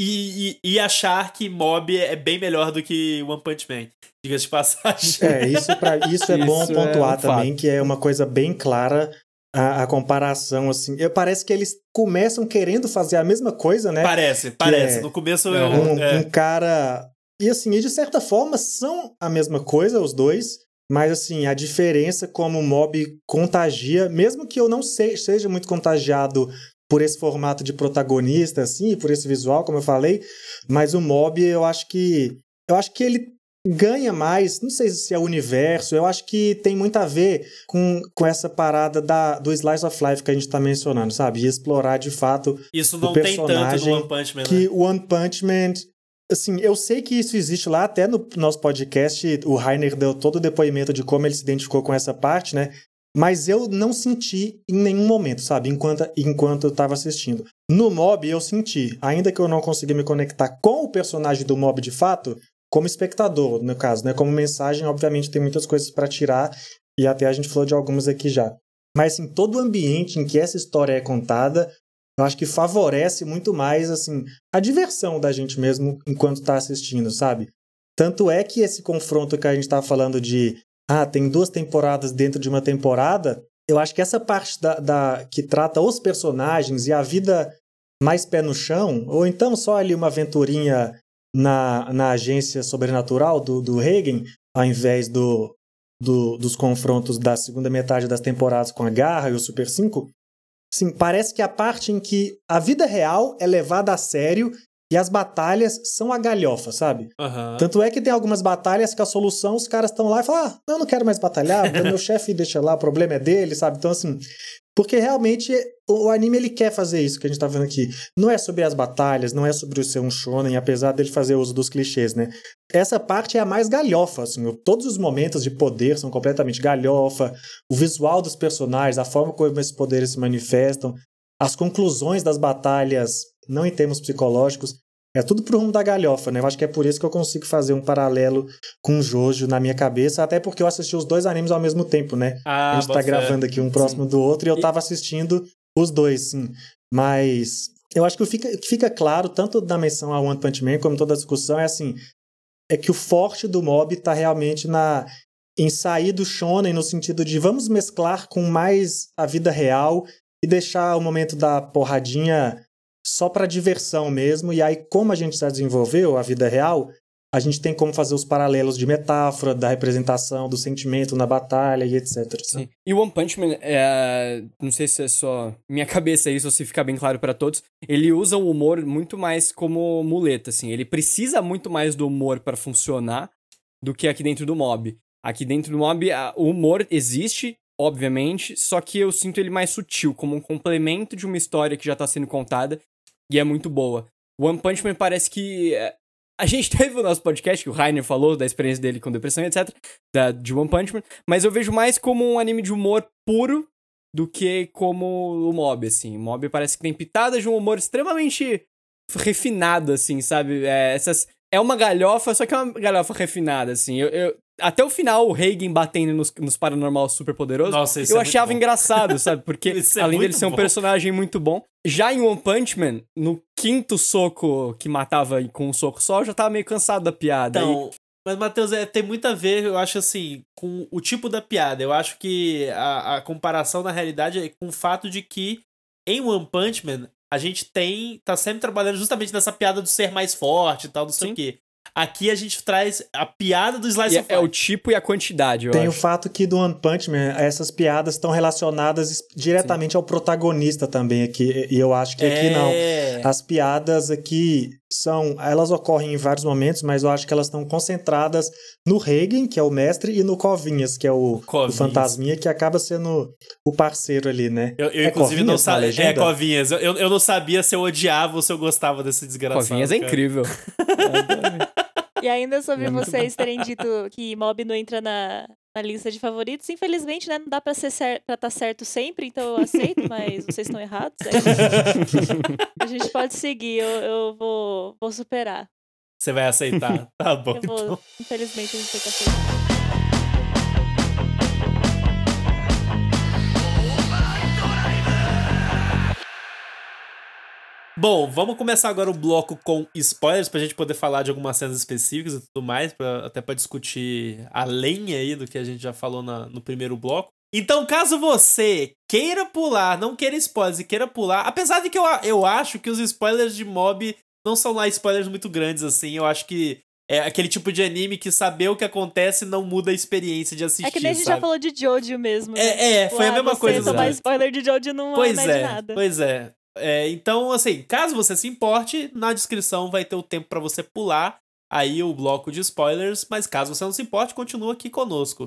E achar que Mob é bem melhor do que One Punch Man, diga-se de passagem. Isso é bom Isso pontuar é um também, fato. que é uma coisa bem clara a comparação, assim. Parece que eles começam querendo fazer a mesma coisa, né? Parece. No começo Um cara... E assim, de certa forma são a mesma coisa, os dois, mas assim, a diferença como o Mob contagia, mesmo que eu não seja muito contagiado por esse formato de protagonista, assim, por esse visual, como eu falei, mas o Mob eu acho que ele ganha mais, não sei se é o universo, eu acho que tem muito a ver com essa parada do Slice of Life que a gente tá mencionando, sabe? E explorar de fato isso não o tem tanto personagem no One Punch Man, né? que o One Punch Man... Assim, eu sei que isso existe lá, até no nosso podcast, o Rainer deu todo o depoimento de como ele se identificou com essa parte, né? Mas eu não senti em nenhum momento, sabe? Enquanto eu tava assistindo. No Mob, eu senti, ainda que eu não consegui me conectar com o personagem do Mob de fato, como espectador, no caso, né? Como mensagem, obviamente, tem muitas coisas pra tirar, e até a gente falou de algumas aqui já. Mas, assim, todo o ambiente em que essa história é contada, eu acho que favorece muito mais, assim, a diversão da gente mesmo enquanto tá assistindo, sabe? Tanto é que esse confronto que a gente tá falando de tem 2 temporadas dentro de uma temporada, eu acho que essa parte que trata os personagens e a vida mais pé no chão, ou então só ali uma aventurinha na agência sobrenatural do Reigen, ao invés dos confrontos da segunda metade das temporadas com a Garra e o Super 5, sim, parece que a parte em que a vida real é levada a sério e as batalhas são a galhofa, sabe? Uhum. Tanto é que tem algumas batalhas que a solução, os caras estão lá e falam, eu não quero mais batalhar, meu chefe deixa lá, o problema é dele, sabe? Então, assim, porque realmente o anime, ele quer fazer isso que a gente tá vendo aqui. Não é sobre as batalhas, não é sobre o ser um shonen, apesar dele fazer uso dos clichês, né? Essa parte é a mais galhofa, assim, todos os momentos de poder são completamente galhofa, o visual dos personagens, a forma como esses poderes se manifestam, as conclusões das batalhas, não em termos psicológicos, é tudo pro rumo da galhofa, né? Eu acho que é por isso que eu consigo fazer um paralelo com o Jojo na minha cabeça, até porque eu assisti os 2 animes ao mesmo tempo, né? A gente tá gravando aqui um próximo do outro e eu tava assistindo os 2, sim. Mas eu acho que fica claro, tanto na menção a One Punch Man como toda a discussão, é assim, é que o forte do Mob tá realmente em sair do shonen no sentido de vamos mesclar com mais a vida real e deixar o momento da porradinha só para diversão mesmo, e aí como a gente já desenvolveu a vida real, a gente tem como fazer os paralelos de metáfora, da representação, do sentimento na batalha e etc. Sim. E o One Punch Man, não sei se é só minha cabeça isso ou se fica bem claro pra todos, ele usa o humor muito mais como muleta, assim, ele precisa muito mais do humor pra funcionar do que aqui dentro do Mob. Aqui dentro do Mob, o humor existe, obviamente, só que eu sinto ele mais sutil, como um complemento de uma história que já tá sendo contada, e é muito boa. O One Punch Man parece que... A gente teve o nosso podcast, que o Rainer falou da experiência dele com depressão e etc, de One Punch Man, mas eu vejo mais como um anime de humor puro do que como o Mob, assim. O Mob parece que tem pitadas de um humor extremamente refinado, assim, sabe? É uma galhofa, só que é uma galhofa refinada, assim. até o final, o Reigen batendo nos paranormal super poderosos, Nossa, isso eu é muito achava bom. engraçado, sabe? Porque Isso é além dele muito ser um bom. personagem muito bom, já em One Punch Man, no quinto soco que matava com um soco só, eu já tava meio cansado da piada. Então, mas, Matheus, tem muito a ver, eu acho assim, com o tipo da piada. Eu acho que a comparação, na realidade, é com o fato de que em One Punch Man, a gente tá sempre trabalhando justamente nessa piada do ser mais forte e tal, não sei o quê. Aqui a gente traz a piada do Slice of É o Life. tipo e a quantidade, eu Tem acho. o fato que do One Punch Man, essas piadas estão relacionadas diretamente ao protagonista também aqui. E eu acho que aqui não. As piadas aqui elas ocorrem em vários momentos, mas eu acho que elas estão concentradas no Reigen, que é o mestre, e no Covinhas, que é o fantasminha, que acaba sendo o parceiro ali, né? Eu inclusive, não sabia. legenda? Covinhas. Eu não sabia se eu odiava ou se eu gostava desse desgraçado. Covinhas é cara. incrível. E ainda sobre É muito vocês terem dito que Mob não entra na lista de favoritos, infelizmente, né, não dá pra estar certo sempre, então eu aceito, mas vocês estão errados. A gente pode seguir, eu vou superar. Você vai aceitar? Tá bom. Eu vou, então. infelizmente, a gente tem que aceitar. Bom, vamos começar agora o bloco com spoilers pra gente poder falar de algumas cenas específicas e tudo mais, até pra discutir além aí do que a gente já falou no primeiro bloco. Então, caso você queira pular, não queira spoilers e queira pular, apesar de que eu acho que os spoilers de Mob não são lá spoilers muito grandes assim, eu acho que é aquele tipo de anime que saber o que acontece não muda a experiência de assistir, É que nem a gente sabe? já falou de Jojo mesmo, né? Foi a mesma coisa. Você tomar spoiler de Jojo não é de nada. Pois é. Então, assim, caso você se importe, na descrição vai ter o tempo pra você pular aí o bloco de spoilers, mas caso você não se importe, continua aqui conosco.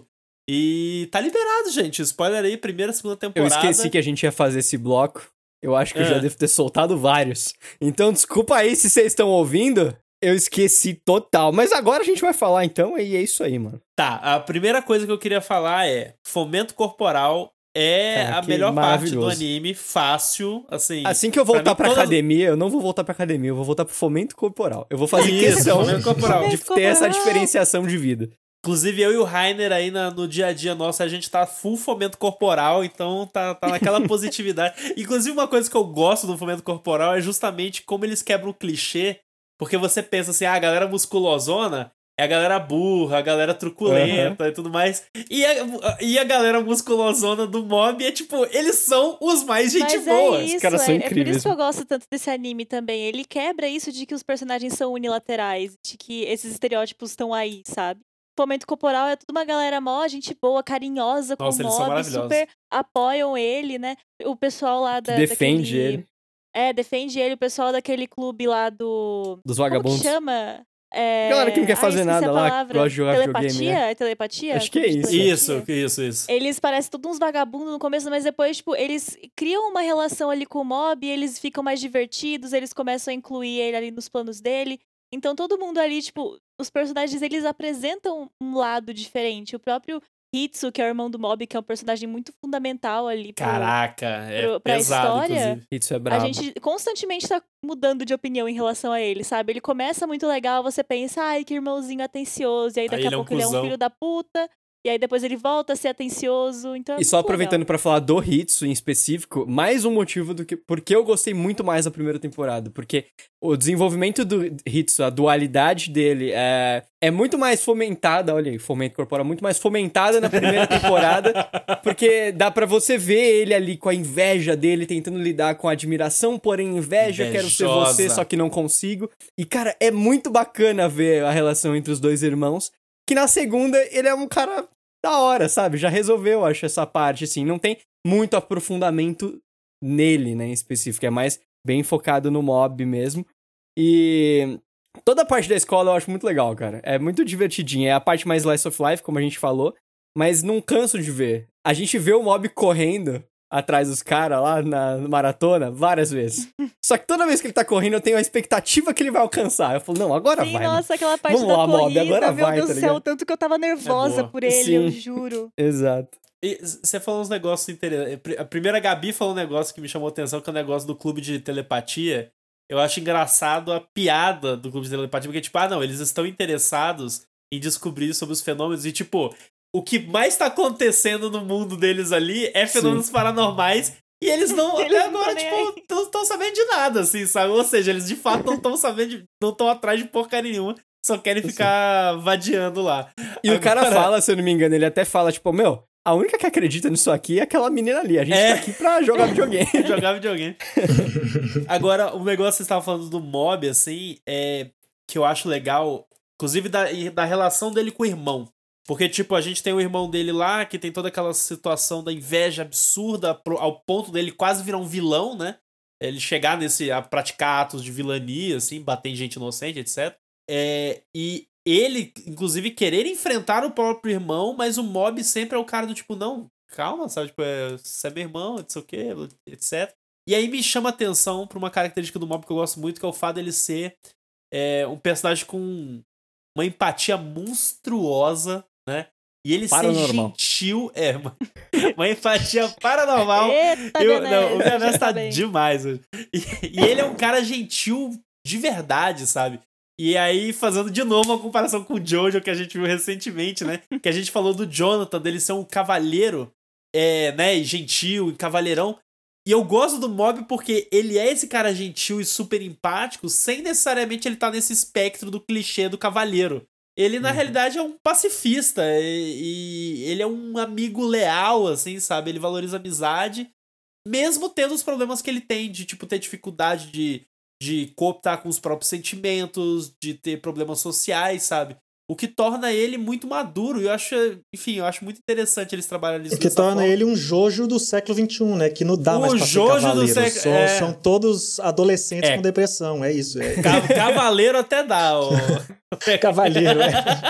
E tá liberado, gente. Spoiler aí, primeira, segunda Eu temporada. esqueci que a gente ia fazer esse bloco. Eu acho que eu já devo ter soltado vários. Então, desculpa aí se vocês estão ouvindo. Eu esqueci total. Mas agora a gente vai falar então, e é isso aí, mano. Tá, a primeira coisa que eu queria falar é fomento corporal a melhor parte do anime, fácil, assim. Assim que eu voltar pra academia, eu não vou voltar pra academia, eu vou voltar pro fomento corporal. Eu vou fazer questão de ter essa diferenciação de vida. Inclusive, eu e o Rainer aí no dia a dia nosso, a gente tá full fomento corporal, então tá naquela positividade. Inclusive, uma coisa que eu gosto do fomento corporal é justamente como eles quebram o clichê, porque você pensa assim, a galera musculosona é a galera burra, a galera truculenta e tudo mais. E a galera musculosona do Mob é tipo, eles são os mais gente boa. Os caras são incríveis. É por isso que eu gosto tanto desse anime também. Ele quebra isso de que os personagens são unilaterais, de que esses estereótipos estão aí, sabe? Fomento corporal é tudo uma galera mó, gente boa, carinhosa com o Nossa, eles são Mob, maravilhosos. super apoiam ele, né? O pessoal lá defende ele. Defende ele. O pessoal daquele clube lá dos vagabundos. Como que chama? Galera que não quer fazer nada lá, que gosta de jogar videogame. É telepatia? Acho que é isso. Isso. Eles parecem todos uns vagabundos no começo, mas depois, tipo, eles criam uma relação ali com o Mob, eles ficam mais divertidos, eles começam a incluir ele ali nos planos dele. Então todo mundo ali, tipo, os personagens, eles apresentam um lado diferente. O próprio Hitsu, que é o irmão do Mob, que é um personagem muito fundamental ali pra pesado, história. Inclusive. Hitsu é brabo. A gente constantemente tá mudando de opinião em relação a ele, sabe? Ele começa muito legal, você pensa, ai, que irmãozinho atencioso, e aí daqui a pouco ele é um filho da puta, e aí depois ele volta a ser atencioso, então é E só muito aproveitando legal. pra falar do Hitsu em específico, mais um motivo porque eu gostei muito mais da primeira temporada, porque o desenvolvimento do Hitsu, a dualidade dele é muito mais fomentada, olha aí, fomento corporal, muito mais fomentada na primeira temporada, porque dá pra você ver ele ali com a inveja dele, tentando lidar com a admiração, porém inveja, quero ser você, só que não consigo. E, cara, é muito bacana ver a relação entre os dois irmãos, que na segunda ele é um cara da hora, sabe? Já resolveu, acho, essa parte, assim. Não tem muito aprofundamento nele, né, em específico. É mais bem focado no Mob mesmo. E toda a parte da escola eu acho muito legal, cara. É muito divertidinha. É a parte mais slice of life, como a gente falou. Mas não canso de ver. A gente vê o Mob correndo atrás dos caras lá na maratona várias vezes. Só que toda vez que ele tá correndo, eu tenho a expectativa que ele vai alcançar. Eu falo, não, agora Sim, vai. Nossa, mano. aquela parte Vamos da lá, corrida, Mob, agora meu vai, Deus tá do céu, ligado? tanto que eu tava nervosa boa. por ele, Sim. eu juro. Exato. E você falou uns negócios interessantes. A primeira Gabi falou um negócio que me chamou a atenção, que é o negócio do clube de telepatia. Eu acho engraçado a piada do clube de telepatia, porque tipo, não, eles estão interessados em descobrir sobre os fenômenos. E, tipo, o que mais tá acontecendo no mundo deles ali é fenômenos paranormais. E eles não, até agora, tipo, não estão sabendo de nada, assim, sabe? Ou seja, eles de fato não estão sabendo, não estão atrás de porcaria nenhuma. Só querem ficar vadiando lá. E o cara fala, se eu não me engano, ele até fala, tipo, meu, a única que acredita nisso aqui é aquela menina ali. A gente tá aqui pra jogar videogame. Jogar videogame. Agora, o negócio que você estava falando do mob, assim, que eu acho legal, inclusive da relação dele com o irmão. Porque, tipo, a gente tem o irmão dele lá, que tem toda aquela situação da inveja absurda, ao ponto dele quase virar um vilão, né? Ele chegar a praticar atos de vilania, assim, bater em gente inocente, etc. E ele, inclusive, querer enfrentar o próprio irmão, mas o mob sempre é o cara do tipo, não, calma, sabe? Tipo, você é meu irmão, não sei o quê, etc. E aí me chama a atenção pra uma característica do mob que eu gosto muito, que é o fato dele ser um personagem com uma empatia monstruosa, né? E ele ser gentil, uma empatia paranormal. Eita, o Bianese tá demais hoje. E ele é um cara gentil de verdade, sabe? E aí, fazendo de novo uma comparação com o Jojo que a gente viu recentemente, né? Que a gente falou do Jonathan, dele ser um cavalheiro, né? E gentil, e cavalheirão. E eu gosto do Mob porque ele é esse cara gentil e super empático, sem necessariamente ele estar nesse espectro do clichê do cavalheiro. Ele, na realidade, é um pacifista. E ele é um amigo leal, assim, sabe? Ele valoriza a amizade, mesmo tendo os problemas que ele tem, de, tipo, ter dificuldade de cooptar com os próprios sentimentos, de ter problemas sociais, sabe? O que torna ele muito maduro. E eu acho, enfim, eu acho muito interessante eles trabalharem isso. O que torna ele um Jojo do século XXI, né? Que não dá mais pra ser cavaleiro. São todos adolescentes com depressão, é isso. Cavaleiro até dá. Cavaleiro,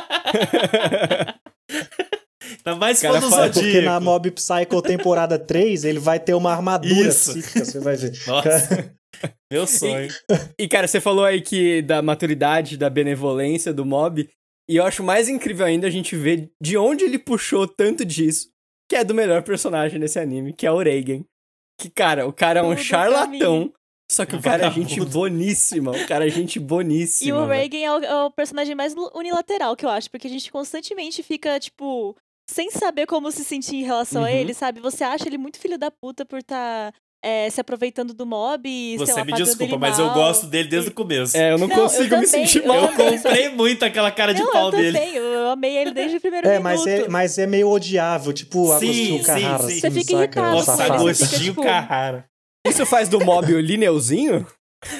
Ainda mais se for do Zodíaco. Porque na Mob Psycho temporada 3, ele vai ter uma armadura psíquica, você vai ver. Nossa. Meu sonho. E, cara, você falou aí que da maturidade, da benevolência do Mob, e eu acho mais incrível ainda a gente ver de onde ele puxou tanto disso, que é do melhor personagem desse anime, que é o Reigen. Que, cara, o cara é um charlatão, só que o cara é gente boníssima, E o Reigen é o personagem mais unilateral que eu acho, porque a gente constantemente fica, tipo, sem saber como se sentir em relação a ele, sabe? Você acha ele muito filho da puta por estar se aproveitando do mob e, você sei lá, me desculpa, mas eu gosto dele desde o começo. Eu não consigo me sentir mal. Eu comprei muito aquela cara de pau dele. Eu amei ele desde o primeiro minuto. Mas é meio odiável, tipo Agostinho Carrara. Sim. Você fica irritado. Nossa, Agostinho Carrara. Isso faz do Mob o Lineuzinho?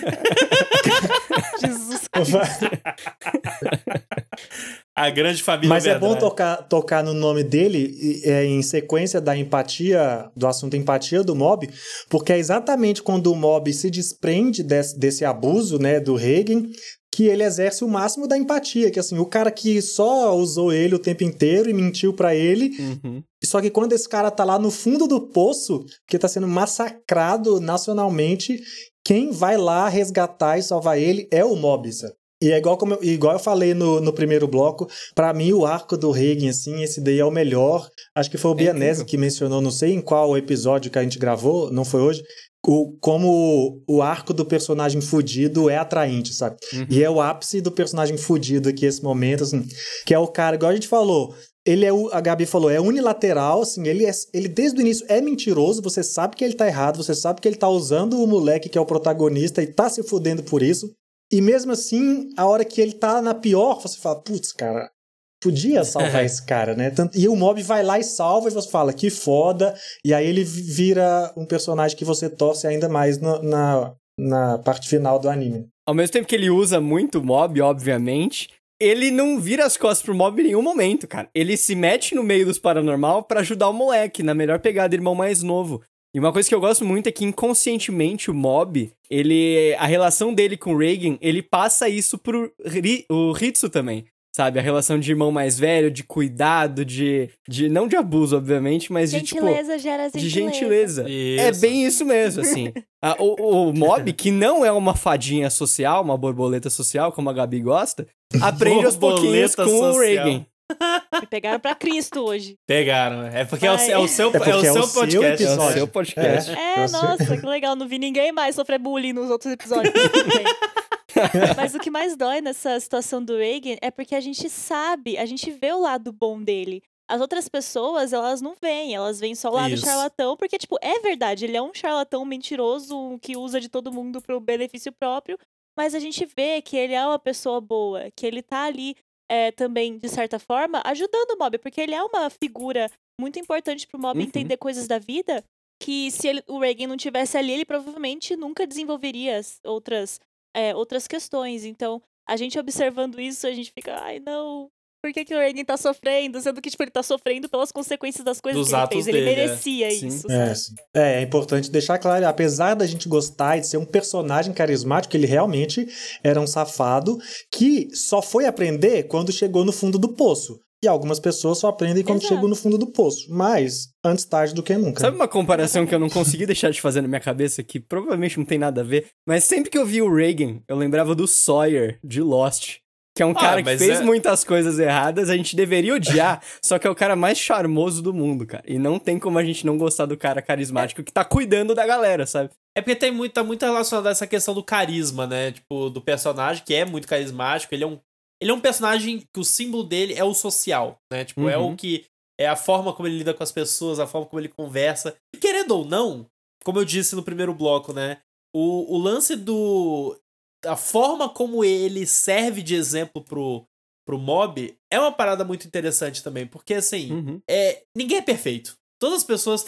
Jesus Cristo. A grande família. Mas é bom tocar no nome dele em sequência da empatia, do assunto empatia do Mob, porque é exatamente quando o Mob se desprende desse abuso, né, do Reigen, que ele exerce o máximo da empatia, que assim, o cara que só usou ele o tempo inteiro e mentiu pra ele, só que quando esse cara tá lá no fundo do poço, que tá sendo massacrado nacionalmente, quem vai lá resgatar e salvar ele é o Mob, sabe? E é igual eu falei no primeiro bloco, pra mim o arco do Reigen, assim, esse daí é o melhor. Acho que foi o Bianese que mencionou, não sei em qual episódio que a gente gravou, não foi hoje, como o arco do personagem fudido é atraente, sabe? E é o ápice do personagem fudido aqui, esse momento, assim, que é o cara, igual a gente falou, a Gabi falou, é unilateral, assim, ele desde o início é mentiroso, você sabe que ele tá errado, você sabe que ele tá usando o moleque que é o protagonista e tá se fudendo por isso. E mesmo assim, a hora que ele tá na pior, você fala, putz, cara, podia salvar esse cara, né? E o Mob vai lá e salva, e você fala, que foda. E aí ele vira um personagem que você torce ainda mais na parte final do anime. Ao mesmo tempo que ele usa muito o Mob, obviamente, ele não vira as costas pro Mob em nenhum momento, cara. Ele se mete no meio dos paranormal pra ajudar o moleque, na melhor pegada, irmão mais novo. E uma coisa que eu gosto muito é que inconscientemente o Mob, a relação dele com o Reigen, ele passa isso o Ritsu também, sabe? A relação de irmão mais velho, de cuidado, de não de abuso, obviamente, mas gentileza gera de gentileza. Isso. É bem isso mesmo, assim. O Mob, que não é uma fadinha social, uma borboleta social, como a Gabi gosta, aprende aos pouquinhos com o Reigen. Me pegaram pra Cristo hoje. Pegaram. É porque é o seu podcast. É o seu podcast. Nossa, que legal. Não vi ninguém mais sofrer bullying nos outros episódios. Mas o que mais dói nessa situação do Reagan é porque a gente sabe, a gente vê o lado bom dele. As outras pessoas, elas não veem, elas veem só o lado Isso. charlatão, porque, tipo, é verdade, ele é um charlatão mentiroso que usa de todo mundo pro benefício próprio, mas a gente vê que ele é uma pessoa boa, que ele tá ali também, de certa forma, ajudando o Mob, porque ele é uma figura muito importante pro Mob Uhum. entender coisas da vida, que se o Reagan não tivesse ali, ele provavelmente nunca desenvolveria outras questões. Então, a gente observando isso, a gente fica, ai, não, por que o Reagan tá sofrendo? Sendo que, tipo, ele tá sofrendo pelas consequências das coisas Dos que ele atos fez. Ele dele, merecia Sim. isso, É, sabe? sim. É importante deixar claro, apesar da gente gostar e de ser um personagem carismático, ele realmente era um safado que só foi aprender quando chegou no fundo do poço. E algumas pessoas só aprendem quando Exato. chegam no fundo do poço. Mas antes tarde do que nunca. Sabe uma comparação que eu não consegui deixar de fazer na minha cabeça, que provavelmente não tem nada a ver, mas sempre que eu vi o Reagan, eu lembrava do Sawyer, de Lost. Que é um cara que mas fez muitas coisas erradas, a gente deveria odiar, só que é o cara mais charmoso do mundo, cara. E não tem como a gente não gostar do cara carismático que tá cuidando da galera, sabe? É porque tá muito relacionado a essa questão do carisma, né? Tipo, do personagem, que é muito carismático. Ele é um personagem que o símbolo dele é o social, né? Tipo, é o que... É a forma como ele lida com as pessoas, a forma como ele conversa. E querendo ou não, como eu disse no primeiro bloco, né? O lance a forma como ele serve de exemplo pro Mob é uma parada muito interessante também. Porque, assim, ninguém é perfeito. Todas as pessoas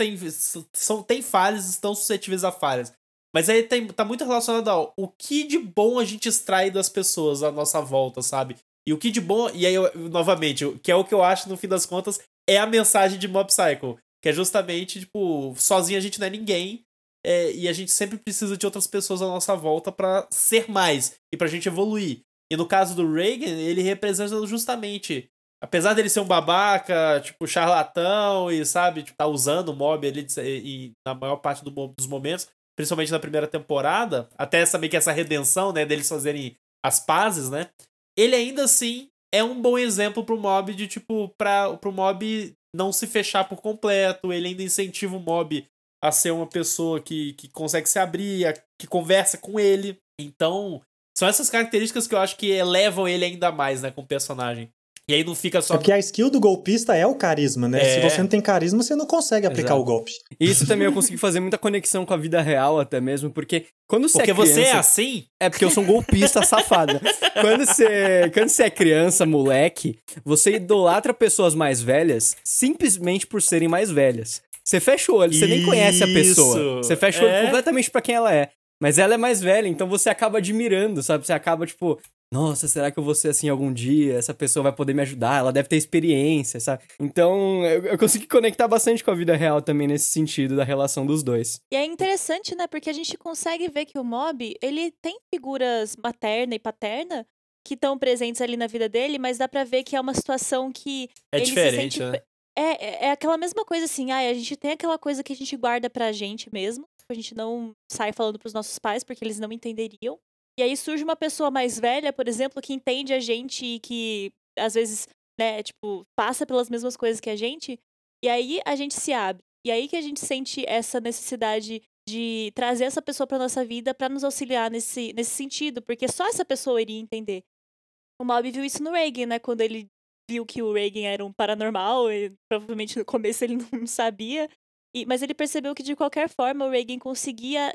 têm falhas e estão suscetíveis a falhas. Mas aí tá muito relacionado ao o que de bom a gente extrai das pessoas à nossa volta, sabe? E o que de bom... E aí, novamente, que é o que eu acho, no fim das contas, é a mensagem de Mob Psycho. Que é justamente, tipo, sozinho a gente não é ninguém. E a gente sempre precisa de outras pessoas à nossa volta pra ser mais. E pra gente evoluir. E no caso do Reagan, ele representa justamente... Apesar dele ser um babaca, tipo, charlatão e, sabe, tipo, tá usando o Mob ali e na maior parte dos momentos... Principalmente na primeira temporada, até meio que essa redenção, né, deles fazerem as pazes, né? Ele ainda assim é um bom exemplo pro Mob de, tipo, pro Mob não se fechar por completo. Ele ainda incentiva o Mob a ser uma pessoa que consegue se abrir, que conversa com ele. Então, são essas características que eu acho que elevam ele ainda mais, né, como personagem. E aí não fica só... É porque a skill do golpista é o carisma, né? Se você não tem carisma, você não consegue aplicar Exato. o golpe. E isso também eu consegui fazer muita conexão com a vida real até mesmo, porque quando você Porque é criança... você é assim? É porque eu sou um golpista safado. Quando você é criança, moleque, você idolatra pessoas mais velhas simplesmente por serem mais velhas. Você fecha o olho, você nem conhece a pessoa. Você fecha o olho completamente pra quem ela é. Mas ela é mais velha, então você acaba admirando, sabe? Você acaba, tipo... Nossa, será que eu vou ser assim algum dia? Essa pessoa vai poder me ajudar, ela deve ter experiência, sabe? Então, eu consegui conectar bastante com a vida real também nesse sentido da relação dos dois. E é interessante, né? Porque a gente consegue ver que o Mob, ele tem figuras materna e paterna que estão presentes ali na vida dele, mas dá pra ver que é uma situação que É ele diferente, se sente... né? É aquela mesma coisa assim, a gente tem aquela coisa que a gente guarda pra gente mesmo, a gente não sai falando pros nossos pais, porque eles não entenderiam. E aí surge uma pessoa mais velha, por exemplo, que entende a gente e que, às vezes, né, tipo, passa pelas mesmas coisas que a gente, e aí a gente se abre. E aí que a gente sente essa necessidade de trazer essa pessoa pra nossa vida pra nos auxiliar nesse sentido, porque só essa pessoa iria entender. O Mob viu isso no Reagan, né, quando ele viu que o Reagan era um paranormal, e provavelmente no começo ele não sabia, mas ele percebeu que, de qualquer forma, o Reagan conseguia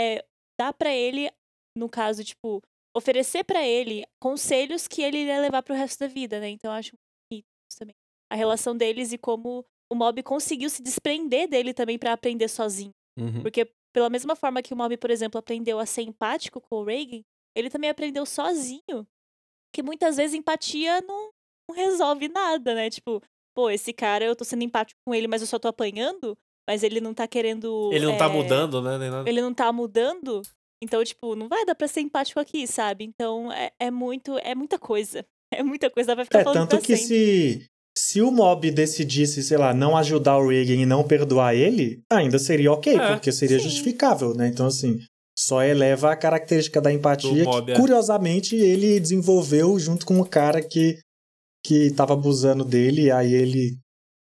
dar pra ele, no caso, tipo, oferecer pra ele conselhos que ele ia levar pro resto da vida, né? Então eu acho bonito isso também. A relação deles e como o Mob conseguiu se desprender dele também pra aprender sozinho. Porque pela mesma forma que o Mob, por exemplo, aprendeu a ser empático com o Reagan, ele também aprendeu sozinho. Que muitas vezes empatia não resolve nada, né? Tipo, pô, esse cara, eu tô sendo empático com ele, mas eu só tô apanhando, mas ele não tá querendo... Ele não tá mudando, né? Nem nada. Ele não tá mudando, então, tipo, não vai dar pra ser empático aqui, sabe? Então, é muita coisa. É muita coisa, vai ficar falando Tanto pra que sempre. se o Mob decidisse, sei lá, não ajudar o Reagan e não perdoar ele, ainda seria ok, porque seria justificável, né? Então, assim, só eleva a característica da empatia Mob, que, curiosamente, ele desenvolveu junto com o cara que tava abusando dele, e aí ele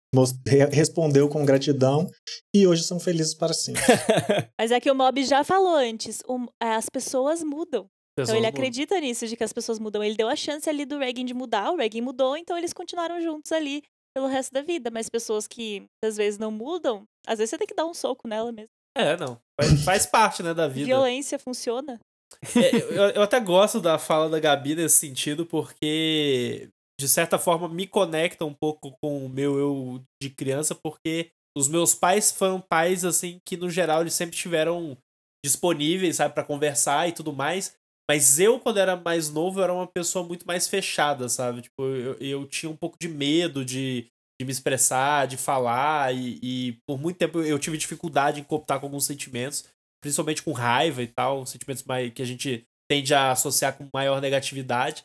respondeu com gratidão, e hoje são felizes para sempre. Mas é que o Mob já falou antes, as pessoas mudam. Então ele acredita nisso, de que as pessoas mudam. Ele deu a chance ali do Reagan de mudar, o Reagan mudou, então eles continuaram juntos ali pelo resto da vida. Mas pessoas que às vezes não mudam, às vezes você tem que dar um soco nela mesmo. Não. Faz parte, né, da vida. Violência funciona. Eu até gosto da fala da Gabi nesse sentido, porque, de certa forma, me conecta um pouco com o meu eu de criança, porque os meus pais foram pais, assim, que, no geral, eles sempre estiveram disponíveis, sabe, pra conversar e tudo mais. Mas eu, quando era mais novo, eu era uma pessoa muito mais fechada, sabe? Tipo, eu tinha um pouco de medo de me expressar, de falar, e por muito tempo eu tive dificuldade em cooptar com alguns sentimentos, principalmente com raiva e tal, sentimentos que a gente tende a associar com maior negatividade.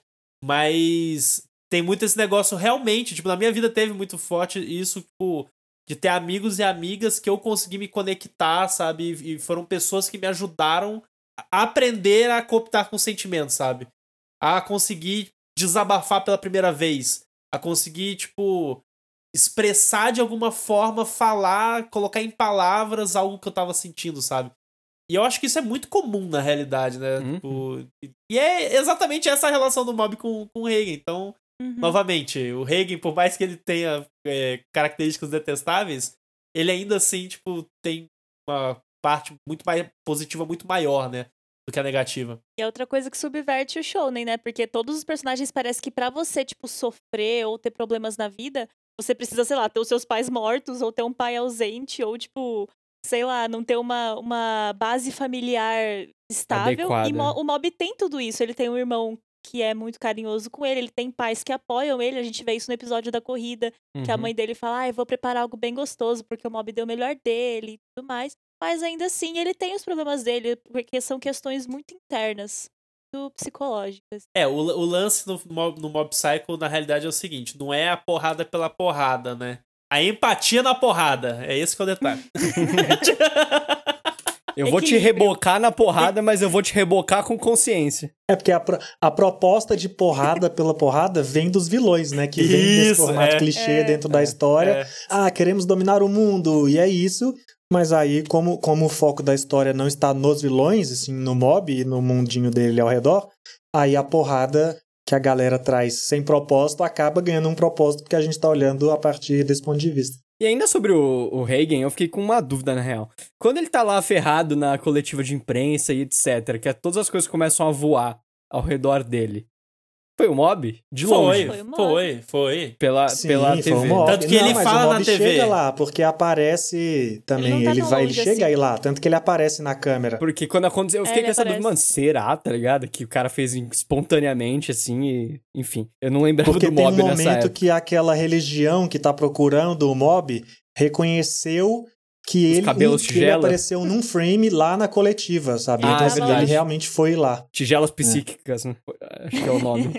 Mas tem muito esse negócio realmente, tipo, na minha vida teve muito forte isso, tipo, de ter amigos e amigas que eu consegui me conectar, sabe? E foram pessoas que me ajudaram a aprender a cooptar com sentimentos, sabe? A conseguir desabafar pela primeira vez. A conseguir, tipo, expressar de alguma forma, falar, colocar em palavras algo que eu tava sentindo, sabe? E eu acho que isso é muito comum na realidade, né? Tipo, e é exatamente essa a relação do Mob com o Reagan. Então, novamente, o Reagan, por mais que ele tenha características detestáveis, ele ainda assim, tipo, tem uma parte muito mais positiva, muito maior, né? Do que a negativa. E é outra coisa que subverte o shounen, né? Porque todos os personagens parece que pra você, tipo, sofrer ou ter problemas na vida, você precisa, sei lá, ter os seus pais mortos, ou ter um pai ausente, ou, tipo, sei lá, não ter uma base familiar estável. Adequada. E o Mob tem tudo isso. Ele tem um irmão que é muito carinhoso com ele tem pais que apoiam ele. A gente vê isso no episódio da corrida, que a mãe dele fala, eu vou preparar algo bem gostoso, porque o Mob deu o melhor dele e tudo mais. Mas ainda assim, ele tem os problemas dele, porque são questões muito internas, muito psicológicas. O lance no Mob Psycho, na realidade, é o seguinte, não é a porrada pela porrada, né? A empatia na porrada, é esse que é o detalhe. Eu vou te rebocar na porrada, mas eu vou te rebocar com consciência. É porque a proposta de porrada pela porrada vem dos vilões, né? Que vem desse formato clichê dentro da história. Queremos dominar o mundo, e é isso. Mas aí, como o foco da história não está nos vilões, assim, no Mob e no mundinho dele ao redor, aí a porrada que a galera traz sem propósito acaba ganhando um propósito porque a gente tá olhando a partir desse ponto de vista. E ainda sobre o Reagan, eu fiquei com uma dúvida, na real. Quando ele tá lá ferrado na coletiva de imprensa e etc., que todas as coisas começam a voar ao redor dele, foi o Mob? De longe. Foi. Pela Sim, TV. Tanto que ele fala na TV. Chega lá, porque aparece também. Ele chega aí lá, tanto que ele aparece na câmera. Porque quando aconteceu, eu fiquei com essa dúvida, mano, será, tá ligado? Que o cara fez espontaneamente, assim, e... Enfim, eu não lembrava do Mob nessa época. Porque tem um momento que aquela religião que tá procurando o Mob reconheceu que ele apareceu num frame lá na coletiva, sabe? Então ele realmente foi lá. Tigelas psíquicas, né? Acho que é o nome.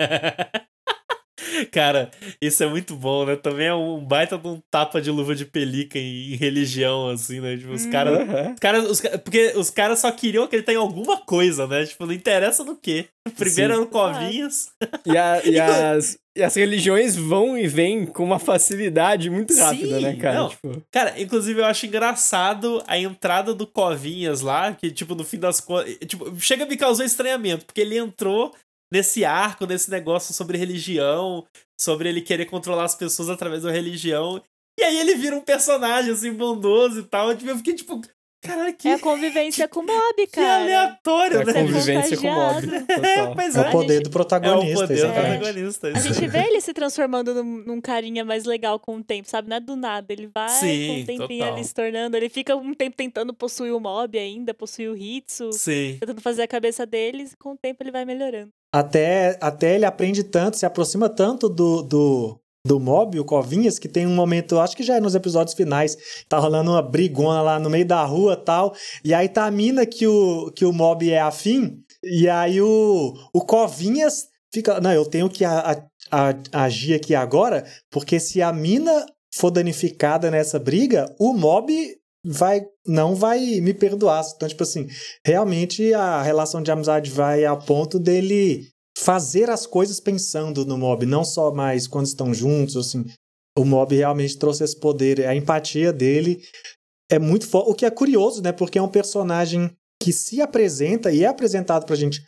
Cara, isso é muito bom, né? Também é um baita de um tapa de luva de pelica em religião, assim, né? Tipo, os caras... Porque os caras só queriam acreditar em alguma coisa, né? Tipo, não interessa no quê. Primeiro eram covinhas. E as religiões vão e vêm com uma facilidade muito rápida, né, cara? Não. Tipo... Cara, inclusive eu acho engraçado a entrada do Covinhas lá, que, tipo, no fim das contas... Tipo, chega a me causar estranhamento, porque ele entrou nesse arco, nesse negócio sobre religião, sobre ele querer controlar as pessoas através da religião, e aí ele vira um personagem, assim, bondoso e tal. Eu fiquei, tipo... Caralho, é a convivência com o Mob, cara. Que aleatório, né? É a convivência com o Mob. É o poder do protagonista. É o poder do protagonista. A gente vê ele se transformando num carinha mais legal com o tempo, sabe? Não é do nada. Ele vai com o tempinho ali se tornando. Ele fica um tempo tentando possuir o Mob ainda, possuir o Hitsu. Sim. Tentando fazer a cabeça deles e com o tempo ele vai melhorando. Até ele aprende tanto, se aproxima tanto do Mob, o Covinhas, que tem um momento, acho que já é nos episódios finais, tá rolando uma brigona lá no meio da rua e tal, e aí tá a mina que o Mob é afim, e aí o Covinhas fica, não, eu tenho que agir aqui agora, porque se a mina for danificada nessa briga, o Mob não vai me perdoar. Então, tipo assim, realmente a relação de amizade vai a ponto dele fazer as coisas pensando no Mob, não só mais quando estão juntos, assim. O Mob realmente trouxe esse poder, a empatia dele é muito forte, o que é curioso, né, porque é um personagem que se apresenta e é apresentado pra gente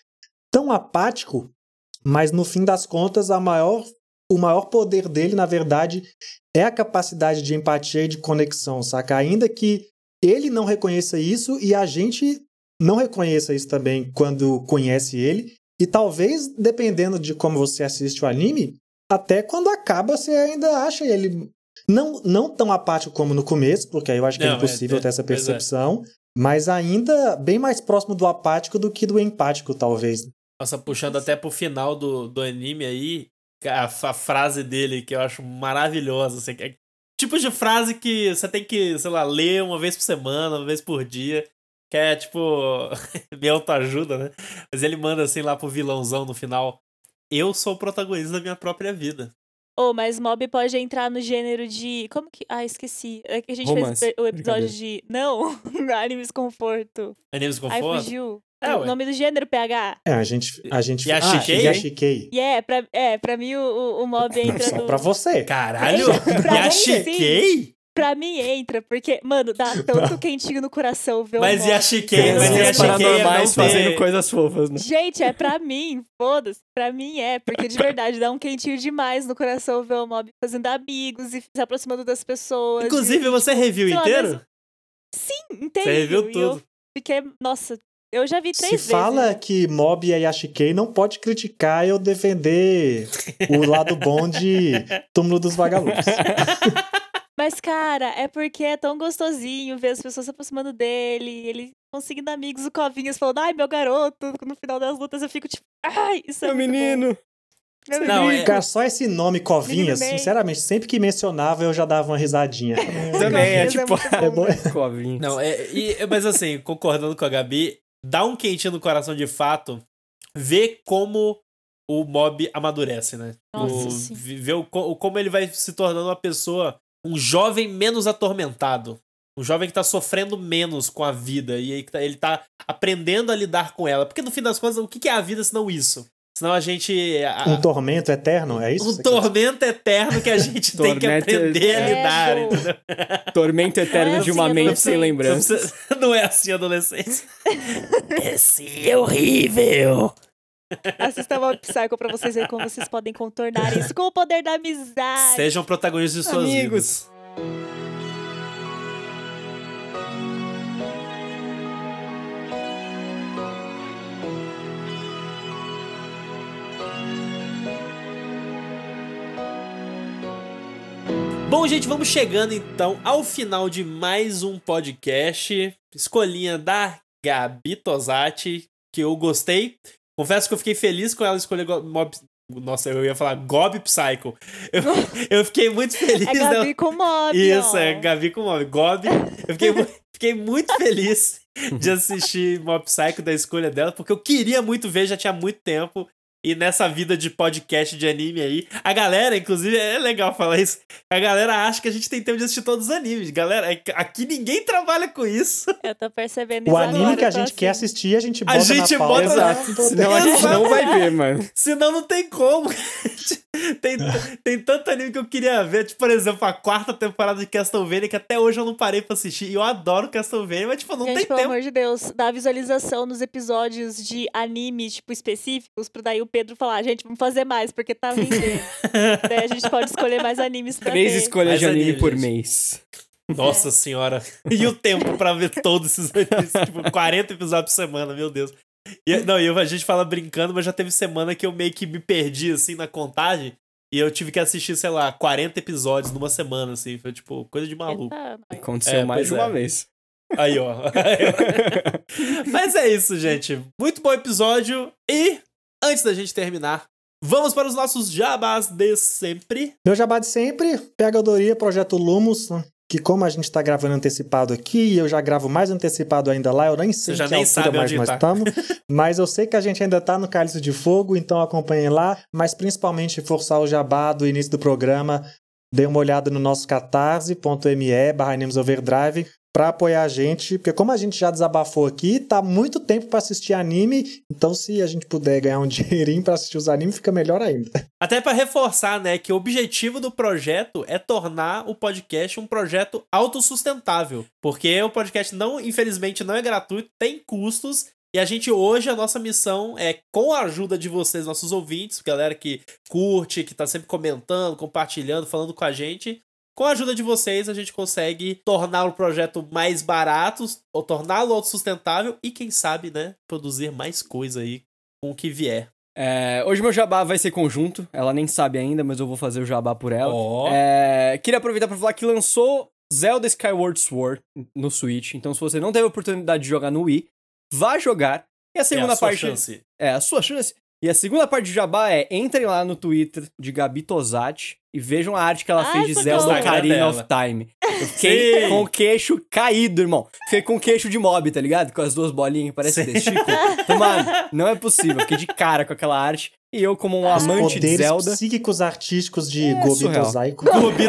tão apático, mas no fim das contas o maior poder dele, na verdade, é a capacidade de empatia e de conexão, saca? Ainda que ele não reconheça isso e a gente não reconheça isso também quando conhece ele. E talvez, dependendo de como você assiste o anime, até quando acaba você ainda acha ele não tão apático como no começo, porque aí eu acho que é impossível ter essa percepção, mas ainda bem mais próximo do apático do que do empático, talvez. Nossa, puxando até pro final do anime aí, a frase dele que eu acho maravilhosa, assim, tipo de frase que você tem que, sei lá, ler uma vez por semana, uma vez por dia, que é tipo, minha autoajuda, né? Mas ele manda assim lá pro vilãozão no final: eu sou o protagonista da minha própria vida. Mas Mob pode entrar no gênero de... Como que... esqueci. É que a gente Romance. fez o episódio de... Não, Animes Conforto. Animes Ai, Conforto? fugiu. É, O ué. nome do gênero, PH. A gente Yashikei? Yashikei. E pra mim o Mob entra Só no... pra você. Caralho! Pra mim, Yashikei? Pra mim entra, porque, mano, dá tanto quentinho no coração ver o Mas Mob. Yashikei, mas Crianças Yashikei paranormais não fazendo tem... coisas fofas, né? Gente, é pra mim, foda-se, pra mim porque de verdade dá um quentinho demais no coração ver o Mob fazendo amigos e se aproximando das pessoas. Inclusive, você reviu sei lá, inteiro? Sim, inteiro. Você reviu E tudo. eu fiquei, nossa, eu já vi 3 Se vezes. fala que Mob é Yashikei, não pode criticar eu defender o lado bom de Túmulo dos Vagalumes. Mas, cara, é porque é tão gostosinho ver as pessoas se aproximando dele, ele conseguindo amigos, o Covinhas falando, ai, meu garoto, no final das lutas eu fico tipo, ai, isso é Meu muito menino. bom. Meu Não, menino. Cara, só esse nome Covinhas, Menino Ney. sinceramente, sempre que mencionava eu já dava uma risadinha. Também é Covinhas tipo... muito bom, É bom. né? Covinho. Não, mas assim, concordando com a Gabi, dá um quentinho no coração de fato ver como o Mob amadurece, né? Nossa, sim. Ver como ele vai se tornando uma pessoa, um jovem menos atormentado. Um jovem que tá sofrendo menos com a vida. E aí ele tá aprendendo a lidar com ela. Porque no fim das contas, o que é a vida senão isso? Senão a gente... Um tormento eterno, é isso? Um tormento eterno que a gente tem que Tormento aprender a lidar, eterno. entendeu? Tormento eterno Não é de uma assim, mente sem adolescente. lembrança. Não é assim, adolescência. Esse é horrível. Assista Mob Psycho pra vocês verem como vocês podem contornar isso com o poder da amizade. Sejam protagonistas de suas Amigos. vidas. Bom, gente, vamos chegando então ao final de mais um podcast. Escolhinha da Gabi Tosati, que eu gostei. Confesso que eu fiquei feliz com ela escolher Nossa, eu ia falar Gob Psycho. Eu fiquei muito feliz. É Gabi com Mob, Isso, ó. é Gabi com Mob. Gob. Eu fiquei muito feliz de assistir Mob Psycho, da escolha dela, porque eu queria muito ver, já tinha muito tempo. E nessa vida de podcast de anime aí, a galera, inclusive, é legal falar isso, a galera acha que a gente tem tempo de assistir todos os animes. Galera, aqui ninguém trabalha com isso. Eu tô percebendo O isso anime agora, que a tô gente assim. quer assistir, a gente A bota gente na pauta. bota Exato. Senão a gente não vai ver, mano. Senão não tem como. Tem tanto anime que eu queria ver. Tipo, por exemplo, a 4ª temporada de Castlevania, que até hoje eu não parei pra assistir. E eu adoro Castlevania, mas tipo, não Gente, tem pelo tempo. amor de Deus, dá visualização nos episódios de anime, tipo, específicos, pra daí o Pedro falar, gente, vamos fazer mais, porque tá rendendo. Daí a gente pode escolher mais animes pra 3 ver. escolhas Mais de anime anime, por gente. mês. Nossa senhora. E o tempo pra ver todos esses animes. Tipo, 40 episódios por semana, meu Deus. A gente fala brincando, mas já teve semana que eu meio que me perdi, assim, na contagem. E eu tive que assistir, sei lá, 40 episódios numa semana, assim. Foi, tipo, coisa de maluco. Eita, nós. Aconteceu mais de pois uma é. vez. Aí, ó. Mas é isso, gente. Muito bom episódio. E, antes da gente terminar, vamos para os nossos jabás de sempre. Meu jabá de sempre, Pegadoria, Projeto Lumos, que como a gente tá gravando antecipado aqui, e eu já gravo mais antecipado ainda lá, eu nem sei Você já que nem altura sabe mais onde nós tá. estamos, mas eu sei que a gente ainda tá no Cálice de Fogo, então acompanhem lá, mas principalmente forçar o jabá do início do programa, dê uma olhada no nosso catarse.me/animesoverdrive pra apoiar a gente, porque como a gente já desabafou aqui, tá muito tempo pra assistir anime, então se a gente puder ganhar um dinheirinho pra assistir os animes, fica melhor ainda. Até pra reforçar, né, que o objetivo do projeto é tornar o podcast um projeto autossustentável. Porque o podcast, infelizmente, não é gratuito, tem custos. E a gente hoje, a nossa missão é, com a ajuda de vocês, nossos ouvintes, galera que curte, que tá sempre comentando, compartilhando, falando com a gente, com a ajuda de vocês, a gente consegue tornar o projeto mais barato, ou torná-lo autossustentável e, quem sabe, né, produzir mais coisa aí com o que vier. Hoje meu jabá vai ser conjunto, ela nem sabe ainda, mas eu vou fazer o jabá por ela. Ó. Queria aproveitar pra falar que lançou Zelda Skyward Sword no Switch, então se você não teve a oportunidade de jogar no Wii, vá jogar. E a segunda parte... Chance. É, a sua chance. E a segunda parte do jabá entrem lá no Twitter de Gabi Tosati e vejam a arte que ela fez de Zelda socorro. Ocarina of Time. Eu fiquei Sim. com o queixo caído, irmão. Fiquei com o queixo de mob, tá ligado? Com as duas bolinhas que parecem testículo. Então, mano, não é possível. Fiquei de cara com aquela arte. E eu, como um amante de Poderes Zelda... psíquicos artísticos de surreal. Gobitozaico.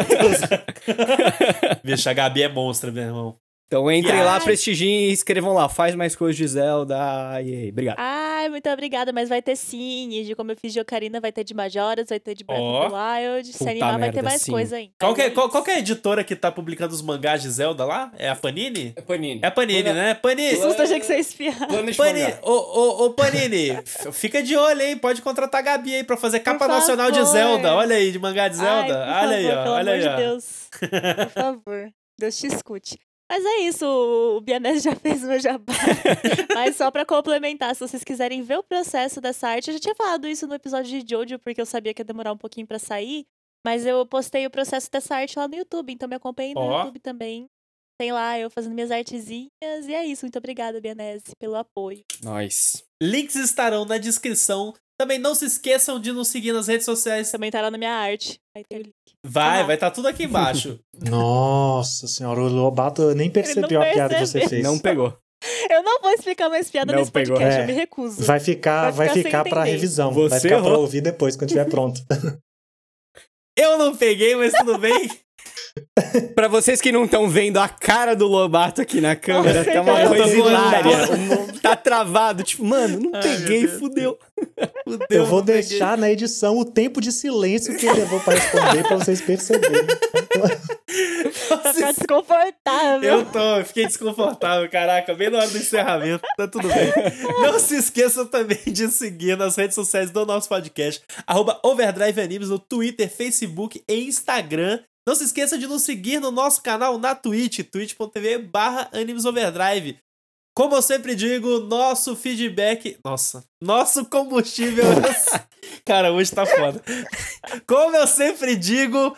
Bicho, a Gabi é monstra, meu irmão. Então entrem lá, Ai. prestigiem e escrevam lá. Faz mais coisas de Zelda. E aí, obrigado. Ai, muito obrigada, mas vai ter sim. E de como eu fiz de Ocarina, vai ter de Majora's, vai ter de Breath Ó. of the Wild. Se Puta animar, vai merda, ter mais sim. coisa ainda. Qual que é a editora que tá publicando os mangás de Zelda lá? É a Panini? É Panini. É a Panini, né? Panini! Susto, achei que você ia espiar. Panini, ô Panini, fica de olho, hein? Pode contratar a Gabi aí pra fazer capa Por nacional de favor. Zelda. Olha aí, de mangá de Zelda. Ai, por olha aí, favor, ó. pelo Olha amor aí, de ó. Deus. Por favor. Deus te escute. Mas é isso, o Bianese já fez o meu jabá. Mas só pra complementar, se vocês quiserem ver o processo dessa arte, eu já tinha falado isso no episódio de Jojo, porque eu sabia que ia demorar um pouquinho pra sair, mas eu postei o processo dessa arte lá no YouTube, então me acompanhem no Ó. YouTube também. Tem lá eu fazendo minhas artezinhas, e é isso. Muito obrigada, Bianese, pelo apoio. Nice. Links estarão na descrição. Também não se esqueçam de nos seguir nas redes sociais. Também tá lá na minha arte. Aí tem o link. Vai Ah. estar tudo aqui embaixo. Nossa senhora, o Lobato nem percebeu a piada que você percebeu. fez. Não pegou. Eu não vou explicar mais piada Não nesse pegou. podcast, É. eu me recuso. Vai ficar Vai ficar sem pra entender. revisão. Você vai ficar pra errou. ouvir depois, quando estiver pronto. Eu não peguei, mas tudo bem. Pra vocês que não estão vendo a cara do Lobato aqui na câmera, Nossa, tá uma eu tô coisa zoando. hilária. Tá travado, tipo, mano, não Ai, peguei, meu Deus. fudeu. Fudeu, Eu vou não peguei. deixar na edição o tempo de silêncio que ele levou pra responder pra vocês perceberem. Vai ficar desconfortável. Eu fiquei desconfortável, caraca, bem na hora do encerramento, tá tudo bem. Não se esqueçam também de seguir nas redes sociais do nosso podcast, @OverdriveAnimes no Twitter, Facebook e Instagram. Não se esqueça de nos seguir no nosso canal na Twitch, twitch.tv/AnimesOverdrive. Como eu sempre digo, nosso feedback... Nosso combustível... Cara, hoje tá foda. Como eu sempre digo,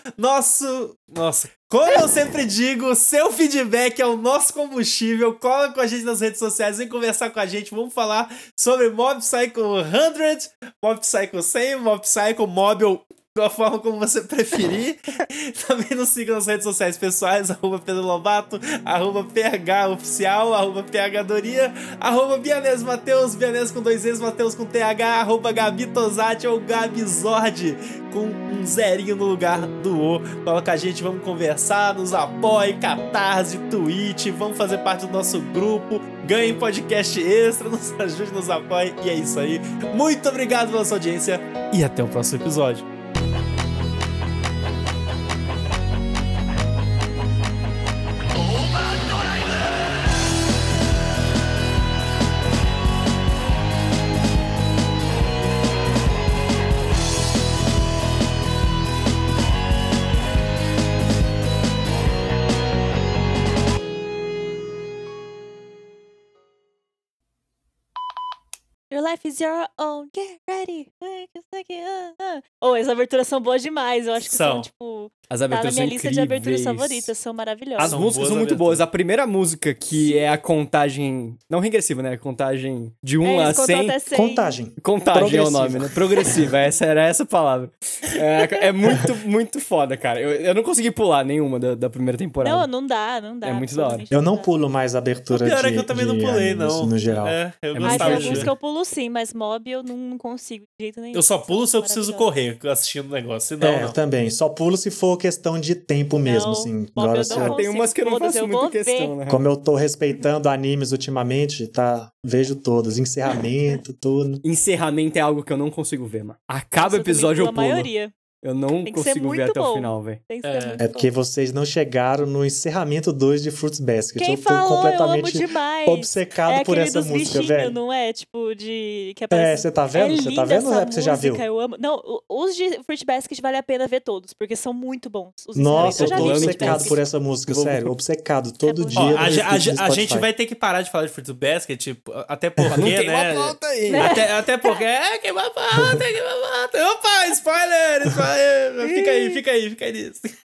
Como eu sempre digo, seu feedback é o nosso combustível. Cola com a gente nas redes sociais, vem conversar com a gente. Vamos falar sobre Mob Psycho 100, Mob Psycho 100, Mob Psycho Mobile... da forma como você preferir. Também nos siga nas redes sociais pessoais, @Pedro Lobato, @PHOficial, @PHdoria, @Bianese Mateus, Bianese com 2 Es, Mateus com TH, @Gabi Tosati ou Gabizord, com um zerinho no lugar do O. Coloca a gente, vamos conversar, nos apoie, Catarse, Twitch, vamos fazer parte do nosso grupo, ganhe podcast extra, nos ajude, nos apoie, e é isso aí. Muito obrigado pela sua audiência e até o próximo episódio. Your life is your own, get ready. Oh, as aberturas são boas demais. Eu acho que são, tipo... As Tá na aberturas minha são lista de aberturas incríveis. favoritas, são maravilhosas. As São músicas boas são muito aberturas. boas. A primeira música, que é a contagem... Não regressiva, né? A contagem de 1 a eles contam 100. até 100. Contagem. Contagem é o Progressiva. nome, né? Progressiva. Era essa a palavra. É muito, muito foda, cara. Eu não consegui pular nenhuma da primeira temporada. Não dá. É muito da hora. absolutamente Eu não dá. pulo mais a O abertura pior de é que eu também não de pulei, animes, não. no geral. Eu É Ah, muito tem gostava alguns de... que eu pulo sim, mas mob eu não consigo de jeito nenhum. Eu só pulo se eu São preciso maravilhosos. correr assistindo o negócio, senão Eu não. também. Só pulo se for questão de tempo mesmo, Não, assim. Mob Agora, eu se não eu- Tem umas que eu não Foda-se, faço eu muita vou ver. questão, né? como eu tô respeitando animes ultimamente, tá? Vejo todos. Encerramento, tudo. Encerramento é algo que eu não consigo ver, mano. Acaba Nossa, o episódio, eu eu também pulo pulo. a maioria. Eu não Tem que ser consigo ver muito até o bom. final, velho. Tem que ser muito É bom. porque vocês não chegaram no encerramento 2 de Fruits Basket. Quem eu tô falou? completamente Eu amo demais. obcecado por aquele essa dos música, bichinhos, velho. não é? Tipo, de... Que É, aparece... você tá vendo? Você tá linda vendo ou essa é porque você já viu? música, eu amo. Não, os de Fruit Basket vale a pena ver todos, porque são muito bons. Os Nossa, eu encerramentos. já tô vi Fruit obcecado Basket. por essa música, Vou- sério. Obcecado. Todo bom dia Ó, no a, ge- a, feed ge- do a gente Spotify. vai ter que parar de falar de Fruits Basket, tipo, até Não porque, queima a né? pauta aí. Até porque. Queima a pauta, queima a pauta. Opa, spoiler! Fica aí nisso.